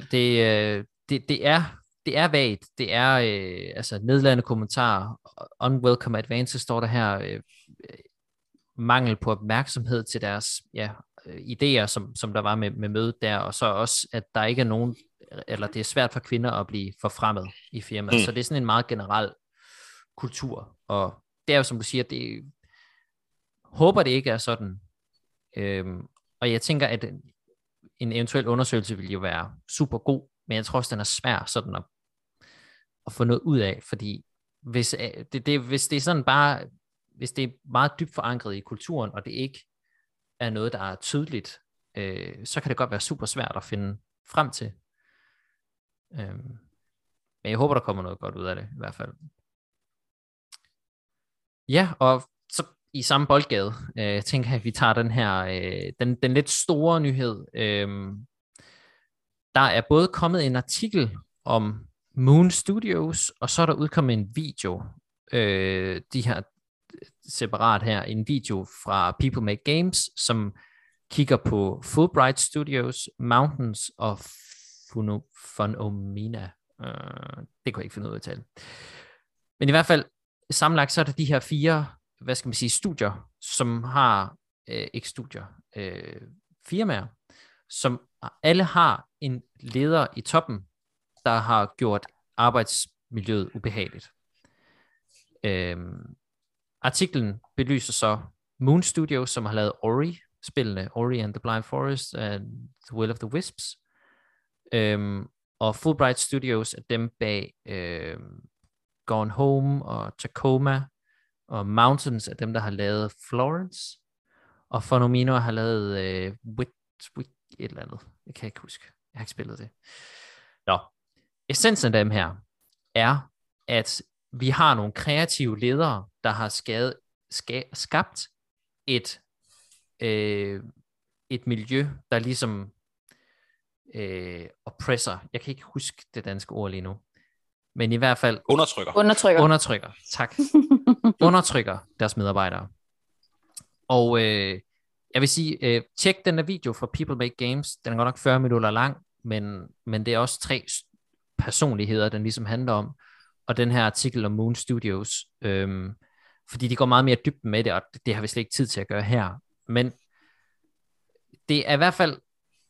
det er vagt. Det er altså nedladende kommentarer, unwelcome advances står der her, mangel på opmærksomhed til deres idéer, som der var med mødet der, og så også, at der ikke er nogen, eller det er svært for kvinder at blive forfremmet i firmaet. Så det er sådan en meget generel kultur, og det er jo, som du siger, det håber det ikke er sådan. Og jeg tænker, at en eventuel undersøgelse vil jo være super god, men jeg tror også, den er svær sådan at få noget ud af, fordi hvis det er sådan bare, hvis det er meget dybt forankret i kulturen, og det ikke er noget, der er tydeligt, så kan det godt være super svært at finde frem til. Men jeg håber, der kommer noget godt ud af det, i hvert fald. Ja, og så i samme boldgade, tænker jeg, at vi tager den her, den lidt store nyhed. Der er både kommet en artikel om Moon Studios, og så er der udkommet en video, de her separat her, en video fra People Make Games, som kigger på Fulbright Studios, Mountains og Phenomena. Det kunne jeg ikke finde ud af at tale. Men i hvert fald, sammenlagt så er der de her 4, hvad skal man sige, studier, som har, ikke studier, firmaer, som alle har en leder i toppen, der har gjort arbejdsmiljøet ubehageligt. Artiklen belyser så Moon Studios, som har lavet Ori-spillene, Ori and the Blind Forest and The Will of the Wisps, og Fulbright Studios er dem bag Gone Home og Tacoma, og Mountains er dem, der har lavet Florence, og Phenomena har lavet et eller andet. Jeg kan ikke huske. Jeg har ikke spillet det. Nå, essensen af dem her er, at vi har nogle kreative ledere, der har skabt et miljø, der ligesom oppresser. Jeg kan ikke huske det danske ord lige nu. Men i hvert fald undertrykker. Tak. Undertrykker deres medarbejdere. Og jeg vil sige, tjek den der video fra People Make Games. Den er godt nok 40 minutter lang, men det er også 3 personligheder, den ligesom handler om. Og den her artikel om Moon Studios, fordi de går meget mere dybden med det, og det har vi slet ikke tid til at gøre her. Men det er i hvert fald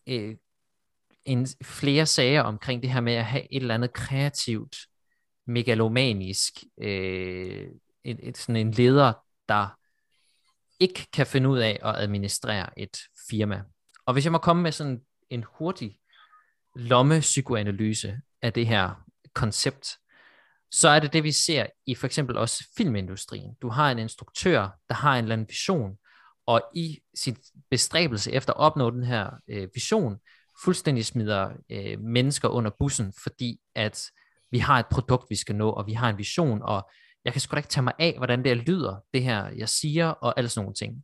flere sager omkring det her med at have et eller andet kreativt, megalomanisk, sådan en leder, der ikke kan finde ud af at administrere et firma. Og hvis jeg må komme med sådan en hurtig lommepsykoanalyse af det her koncept, så er det vi ser i for eksempel også filmindustrien. Du har en instruktør, der har en eller anden vision, og i sit bestræbelse efter at opnå den her vision, fuldstændig smider mennesker under bussen, fordi at vi har et produkt, vi skal nå, og vi har en vision, og jeg kan sgu da ikke tage mig af, hvordan det lyder, det her, jeg siger, og alle sådan nogle ting.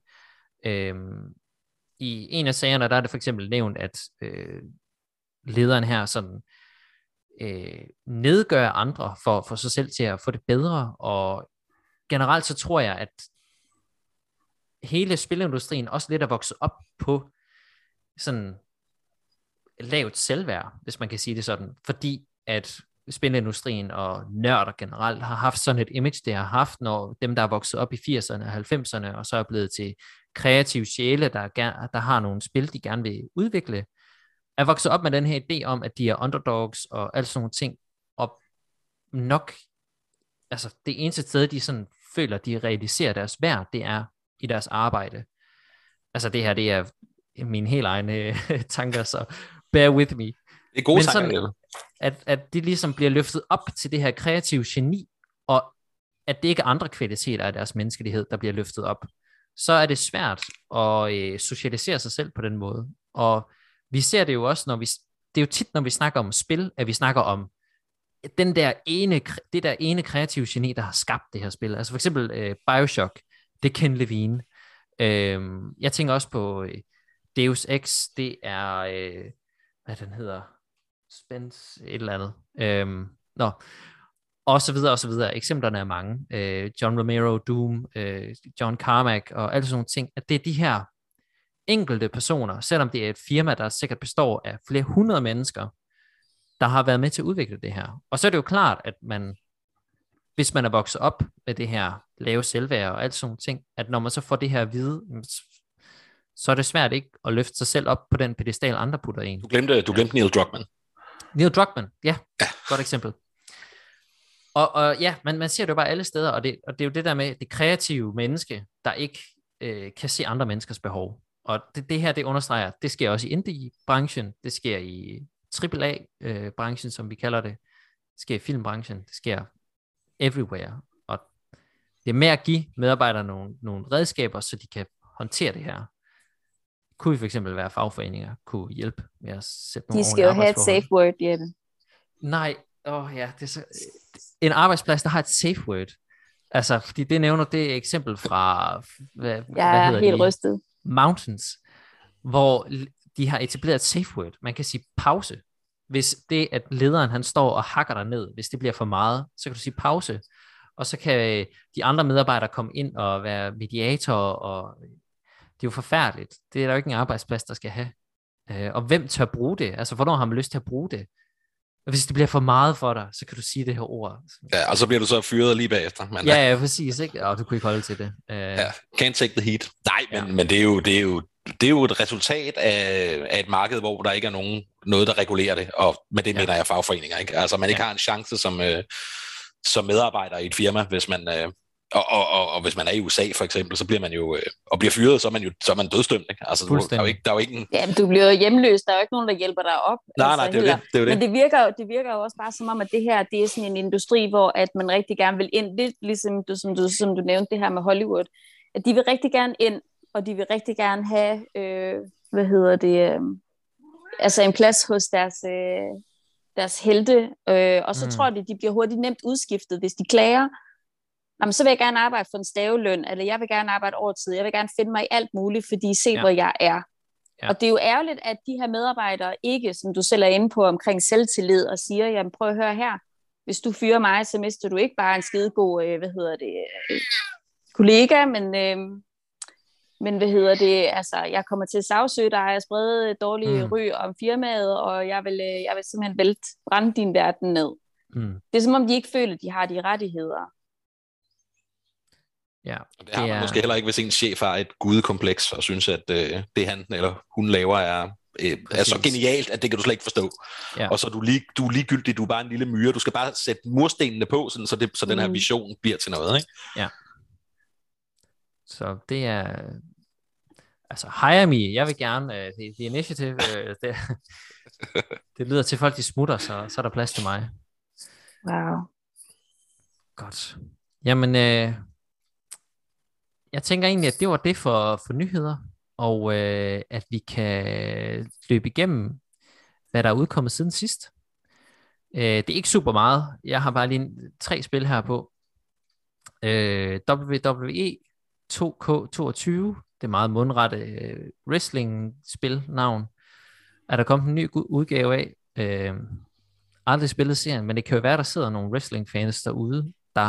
I en af sagerne, der er det for eksempel nævnt, at lederen her sådan nedgør andre for sig selv til at få det bedre, og generelt så tror jeg, at hele spilindustrien også lidt er vokset op på sådan lavt selvværd, hvis man kan sige det sådan, fordi at spilindustrien og nørder generelt har haft sådan et image, det har haft, når dem, der er vokset op i 80'erne og 90'erne, og så er blevet til kreative sjæle, der har nogle spil, de gerne vil udvikle, er vokset op med den her idé om, at de er underdogs og alt sådan nogle ting, og nok, altså det eneste sted, de sådan føler, de realiserer deres værd, det er i deres arbejde. Altså det her, det er mine helt egne tanker, så bear with me. Det er gode men tanker, sådan, at de ligesom bliver løftet op til det her kreative geni, og at det ikke er andre kvaliteter af deres menneskelighed, der bliver løftet op, så er det svært at socialisere sig selv på den måde. Og vi ser det jo også, det er jo tit, når vi snakker om spil, at vi snakker om det der ene kreative geni, der har skabt det her spil. Altså for eksempel Bioshock, det er Ken Levine. Jeg tænker også på Deus Ex, det er, hvad den hedder, Spence, et eller andet. Og så videre, og så videre. Eksemplerne er mange. John Romero, Doom, John Carmack og alle sådan nogle ting, at det er de her enkelte personer, selvom det er et firma, der sikkert består af flere hundrede mennesker, der har været med til at udvikle det her. Og så er det jo klart, at hvis man er vokset op med det her lave selvværd og alt sådan nogle ting, at når man så får det her at vide, så er det svært ikke at løfte sig selv op på den pedestal, andre putter en. Du glemte Neil Druckmann. Neil Druckmann, ja. Godt eksempel. Og ja, man ser det jo bare alle steder, og det er jo det der med det kreative menneske, der ikke kan se andre menneskers behov. Og det her, det understreger, det sker også i indie-branchen, det sker i AAA-branchen, som vi kalder det, det sker i filmbranchen, det sker everywhere. Og det er med at give medarbejdere nogle redskaber, så de kan håndtere det her. Kunne vi for eksempel være fagforeninger, kunne hjælpe med at sætte nogle de skal jo have et safe word, Jeppe. Nej, ja, det er så... En arbejdsplads, der har et safe word. Altså, fordi det nævner det eksempel fra... Hvad hedder helt rystet. Mountains, hvor de har etableret et safe word. Man kan sige pause. Hvis det, at lederen han står og hakker dig ned, hvis det bliver for meget, så kan du sige pause. Og så kan de andre medarbejdere komme ind og være mediatorer, og det er jo forfærdeligt. Det er der jo ikke en arbejdsplads, der skal have. Og hvem tør bruge det? Altså, hvornår har man lyst til at bruge det? Og hvis det bliver for meget for dig, så kan du sige det her ord. Ja, og så bliver du så fyret lige bagefter. Men, ja, præcis. Ikke? Og du kunne ikke holde til det. Ja, can't take the heat. Nej, men det er jo et resultat af et marked, hvor der ikke er noget, der regulerer det. Og med det mener jeg fagforeninger. Ikke? Altså, man ikke har en chance som medarbejder i et firma, hvis man... Og hvis man er i USA for eksempel, så bliver man jo og bliver fyret, så er man dødsdømt, ikke? Altså der er jo ikke en... Ja, men du bliver jo hjemløs, der er jo ikke nogen, der hjælper dig op. Nej, det er jo det. Men det virker jo også bare som om, at det her, det er sådan en industri, hvor at man rigtig gerne vil ind, lidt ligesom som du nævnte det her med Hollywood, at de vil rigtig gerne ind, og de vil rigtig gerne have, altså en plads hos deres helte, og så tror de bliver hurtigt nemt udskiftet, hvis de klager. Jamen, så vil jeg gerne arbejde for en staveløn, eller jeg vil gerne arbejde overtid, jeg vil gerne finde mig i alt muligt, fordi se, hvor jeg er. Ja. Og det er jo ærgerligt, at de her medarbejdere ikke, som du selv er inde på, omkring selvtillid, og siger, jamen prøv at høre her, hvis du fyrer mig, så mister du ikke bare en skidegod, kollega, men altså, jeg kommer til at sagsøge dig, jeg sprede dårlige ry om firmaet, og jeg vil simpelthen brænde din verden ned. Det er som om, de ikke føler, at de har de rettigheder. Ja, det har man måske heller ikke, hvis en chef har et gudekompleks og synes, at det han eller hun laver er så genialt, at det kan du slet ikke forstå. Ja. Og så er du ligegyldig, du er bare en lille myre. Du skal bare sætte murstenene på, så den her vision bliver til noget. Ikke? Ja. Så det er... Altså, hire me, jeg vil gerne, the initiative, det lyder til folk, de smutter, så er der plads til mig. Wow. Godt. Jamen, jeg tænker egentlig, at det var det for nyheder, og at vi kan løbe igennem, hvad der er udkommet siden sidst. Det er ikke super meget. Jeg har bare lige 3 spil her på. WWE 2K22, det er meget mundrette wrestling-spil-navn, er der kommet en ny udgave af. Aldrig spillet serien, men det kan jo være, der sidder nogle wrestling-fans derude, der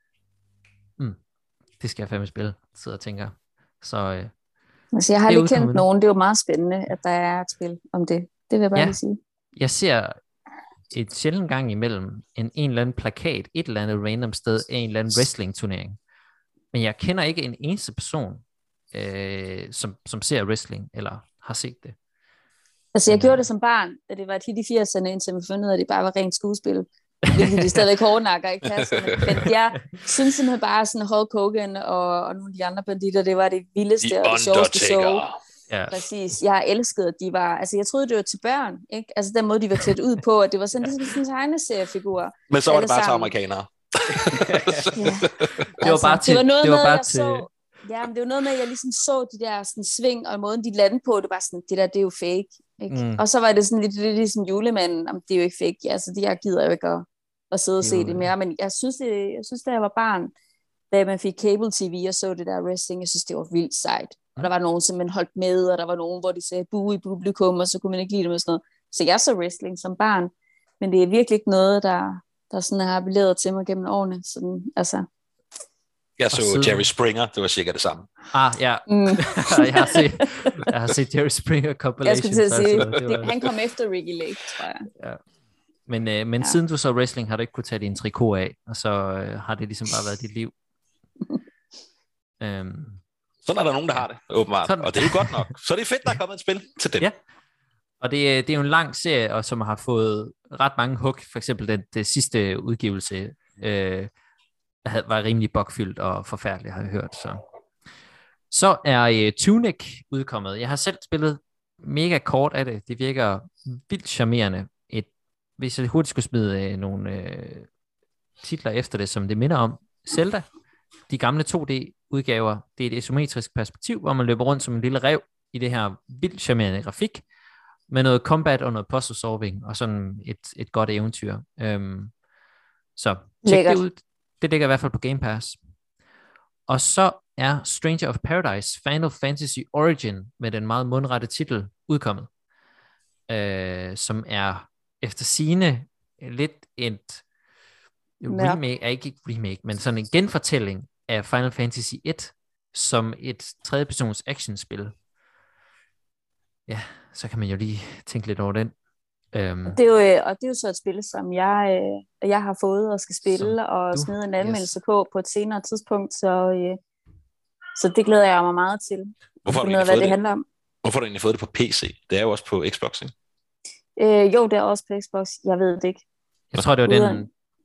det skal jeg fandme spille, sidder og tænker. Så altså, jeg har lige kendt nogen, det er jo meget spændende, at der er et spil om det. Det vil jeg bare lige sige. Jeg ser et sjældent gang imellem en eller anden plakat, et eller andet random sted, en eller anden wrestling-turnering. Men jeg kender ikke en eneste person, som ser wrestling, eller har set det. Altså, jeg gjorde det som barn, da det var et hit i 80'erne, indtil vi fandt ud af, at det bare var rent skuespil. Hvilket de stadigvæk hårdnakker, ikke passer. Men jeg synes simpelthen bare, sådan Hulk Hogan og nogle af de andre banditter, det var det vildeste og det sjoveste show. Ja. Præcis. Jeg elskede, at de var... Altså, jeg troede, det var til børn, ikke? Altså, den måde, de var klædt ud på, at det var sådan ligesom sådan en tegneseriefigur. Men så var det bare til amerikanere. Det var bare til... Ja, men det var noget med, at jeg ligesom så de der sådan, sving, og måden, de landede på, det var sådan, det der, det er jo fake. Ikke? Og så var det sådan lidt ligesom julemanden, om det er jo ikke fake. Ja, altså, jeg gider jo ikke at sidde og se det mere, men jeg synes, da jeg var barn, da man fik cable tv og så det der wrestling, jeg synes, det var vildt sejt. Og der var nogen, som man holdt med, og der var nogen, hvor de sagde bue i publikum, og så kunne man ikke lide det med sådan noget. Så jeg så wrestling som barn, men det er virkelig ikke noget, der sådan har appelleret til mig gennem årene. Sådan, altså. Jeg så Jerry Springer, det var cirka det samme. Ja. jeg har set Jerry Springer compilation. Jeg skulle til at sige, han kom efter Ricky Lake, tror jeg. Ja. Men siden du så wrestling, har du ikke kunne tage din trikot af, og så har det ligesom bare været dit liv. Sådan er der nogen, der har det, åbenbart. Og det er jo godt nok. Så det er fedt, der er kommet et spil til dem. Ja. Og det er jo en lang serie, og som har fået ret mange hook. For eksempel den sidste udgivelse var rimelig bugfyldt og forfærdelig, har jeg hørt. Så er Tunic udkommet. Jeg har selv spillet mega kort af det. Det virker vildt charmerende. Hvis jeg hurtigt skulle smide nogle titler efter det, som det minder om. Zelda, de gamle 2D-udgaver, det er et isometrisk perspektiv, hvor man løber rundt som en lille ræv i det her vildt charmerende grafik, med noget combat og noget puzzle solving, og sådan et godt eventyr. Så tjek det ud. Det ligger i hvert fald på Game Pass. Og så er Stranger of Paradise Final Fantasy Origin med den meget mundrette titel udkommet, som er efter sigende lidt et remake, ikke et remake, men sådan en genfortælling af Final Fantasy 1 som et tredjepersons actionspil. Ja, så kan man jo lige tænke lidt over den. Det er jo så et spil, som jeg har fået og skal spille og smide en anmeldelse på et senere tidspunkt, så det glæder jeg mig meget til. Hvorfor har du hvad det handler om. Hvorfor har du egentlig fået det på PC? Det er jo også på Xbox, ikke? Jo, det er også på Xbox. Jeg ved det ikke. Jeg tror, det var den,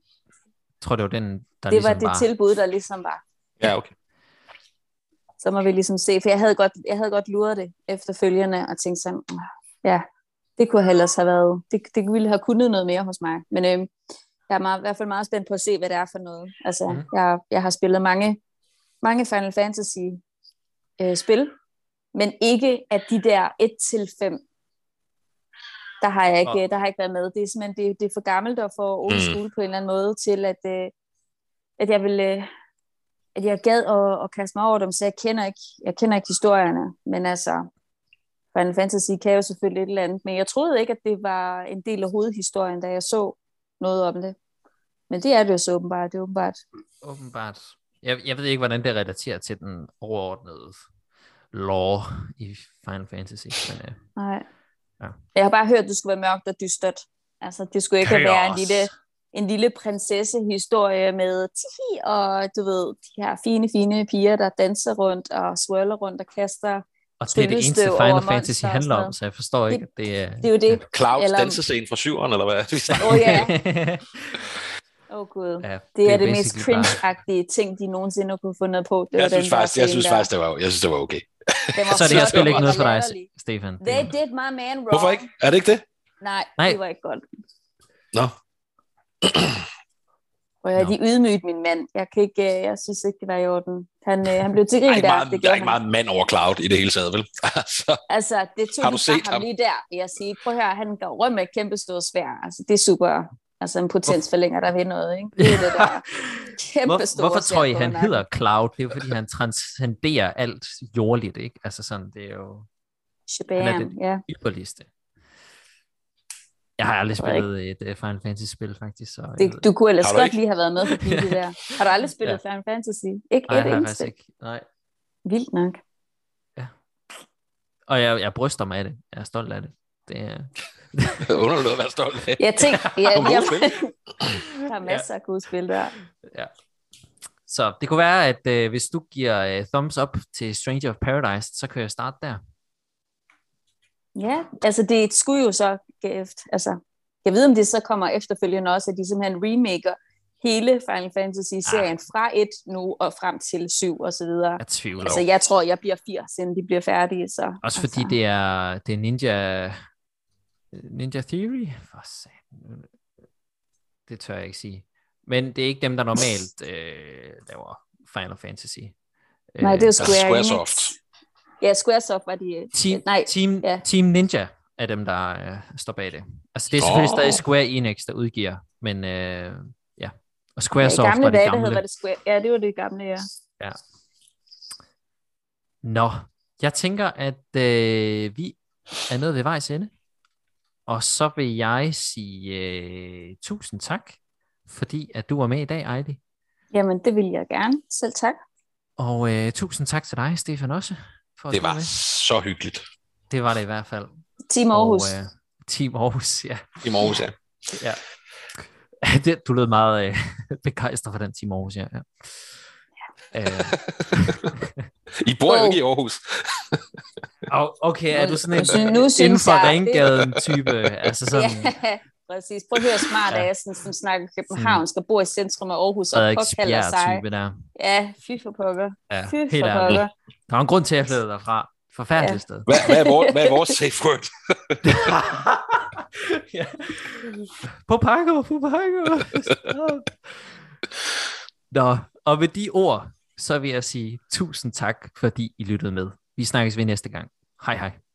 der det ligesom var det tilbud, der ligesom var. Ja, okay. Så må vi ligesom se, for jeg havde godt luret det efterfølgende, og tænkt sådan, ja, det kunne ellers have været, det ville have kunnet noget mere hos mig. Men jeg er i hvert fald meget spændt på at se, hvad det er for noget. Altså, jeg har spillet mange Final Fantasy spil, men ikke af de der 1-5. Der har jeg ikke været med. Det er simpelthen det er for gammelt og for old school på en eller anden måde til, at jeg ville... at jeg gad at kaste mig over dem, så jeg kender ikke historierne, men altså, Final Fantasy kan jo selvfølgelig et eller andet, men jeg troede ikke, at det var en del af hovedhistorien, da jeg så noget om det. Men det er det jo så åbenbart, det er åbenbart. Åbenbart. Jeg ved ikke, hvordan det relaterer til den overordnede lore i Final Fantasy. Men, nej. Ja. Jeg har bare hørt, at det skulle være mørkt og dystert. Altså, det skulle ikke være en lille prinsessehistorie med tihi, og du ved, de her fine piger, der danser rundt og swirler rundt og kaster. Og det er det eneste Final Fantasy handler om, så jeg forstår ikke, at det er... Det er jo det. Clouds dansescene fra 7'eren, eller hvad? Gud. Ja, det er det mest cringe-agtige ting, de nogensinde kunne fundet på. Jeg synes faktisk, det var okay. Så er det her spil ikke noget for dig, latterlig. Stefan. They did my man wrong. Hvorfor ikke? Er det ikke det? Nej, Nej. det var ikke godt. Nå. Og jeg de ydmygede min mand. Jeg synes ikke, det var i orden. Han blev til grin der. Der er ikke meget mand over Cloud i det hele taget, vel? Altså, det tog Har du de set fra ham ham? lige der, vil jeg sige. Prøv at høre, han går rundt med et kæmpe stort svær. Altså, det er super. Altså, en potensforlænger, der ved noget, ikke? Det er det der kæmpe store Hvorfor tror I, sværd på han nakken. hedder Cloud? Det er jo, fordi han transcenderer alt jordligt, ikke? Altså sådan, det er jo... Shabam, Han er det ja. ypperligste. Jeg har aldrig spillet et Final Fantasy-spil, faktisk. Så Du kunne ellers Har du godt ikke? lige have været med på det der. Har du aldrig spillet Final Fantasy? Ikke nej, et jeg har eneste? faktisk ikke. Nej. Vildt nok. Og jeg bryster mig af det. Jeg er stolt af det. Det er... Underligt at være stolt af. Jeg tænker, Nogle gode spil. der er masser af gode spil der. Ja. Så det kunne være, at hvis du giver thumbs up til Stranger of Paradise, så kan jeg starte der. Ja, altså det skulle jo så, altså, jeg ved om det så kommer efterfølgende også, at de simpelthen remaker hele Final Fantasy-serien fra 1 nu og frem til 7 og så videre. Jeg tvivler. Altså jeg tror, jeg bliver 80, inden de bliver færdige. Så, Også altså. fordi det er Ninja Theory? For satan. Det tør jeg ikke sige. Men det er ikke dem, der normalt laver Final Fantasy. Nej, det er jo Square Enix. Squaresoft. Ja, Squaresoft var de... Team Ninja er dem, der står bag det. Altså det er selvfølgelig stadig Square Enix, der udgiver, men ja. Og Squaresoft gamle var det dage, gamle. var det Square. Ja, det var det gamle, ja. Ja. Nå, jeg tænker, at vi er nået ved vejs ende. Og så vil jeg sige tusind tak, fordi at du var med i dag, Ejli. Jamen, det vil jeg gerne. Selv tak. Og tusind tak til dig, Stefan, også. For Det var så hyggeligt. Det var det i hvert fald. Team Aarhus. Og, Team Aarhus, ja. Team Aarhus, ja. Ja. Du lød meget begejstret for den Team Aarhus, ja. I bor jo ikke i Aarhus. Okay, er du sådan en nu inden for Ringgaden-type? Altså sådan... Ja, præcis. Prøv at høre smart assen, som snakker københavnsk og bor i centrum af Aarhus og påkalder sig. Der. Ja, fy for pokker. Ja, Fy helt for ærligt. pokker. Der var en grund til, at jeg flyttede derfra. Forfærdeligt sted. Hvad er vores safe word? Ja. På Paco. Nå, og med de ord, så vil jeg sige tusind tak, fordi I lyttede med. Vi snakkes ved næste gang. Hej hej.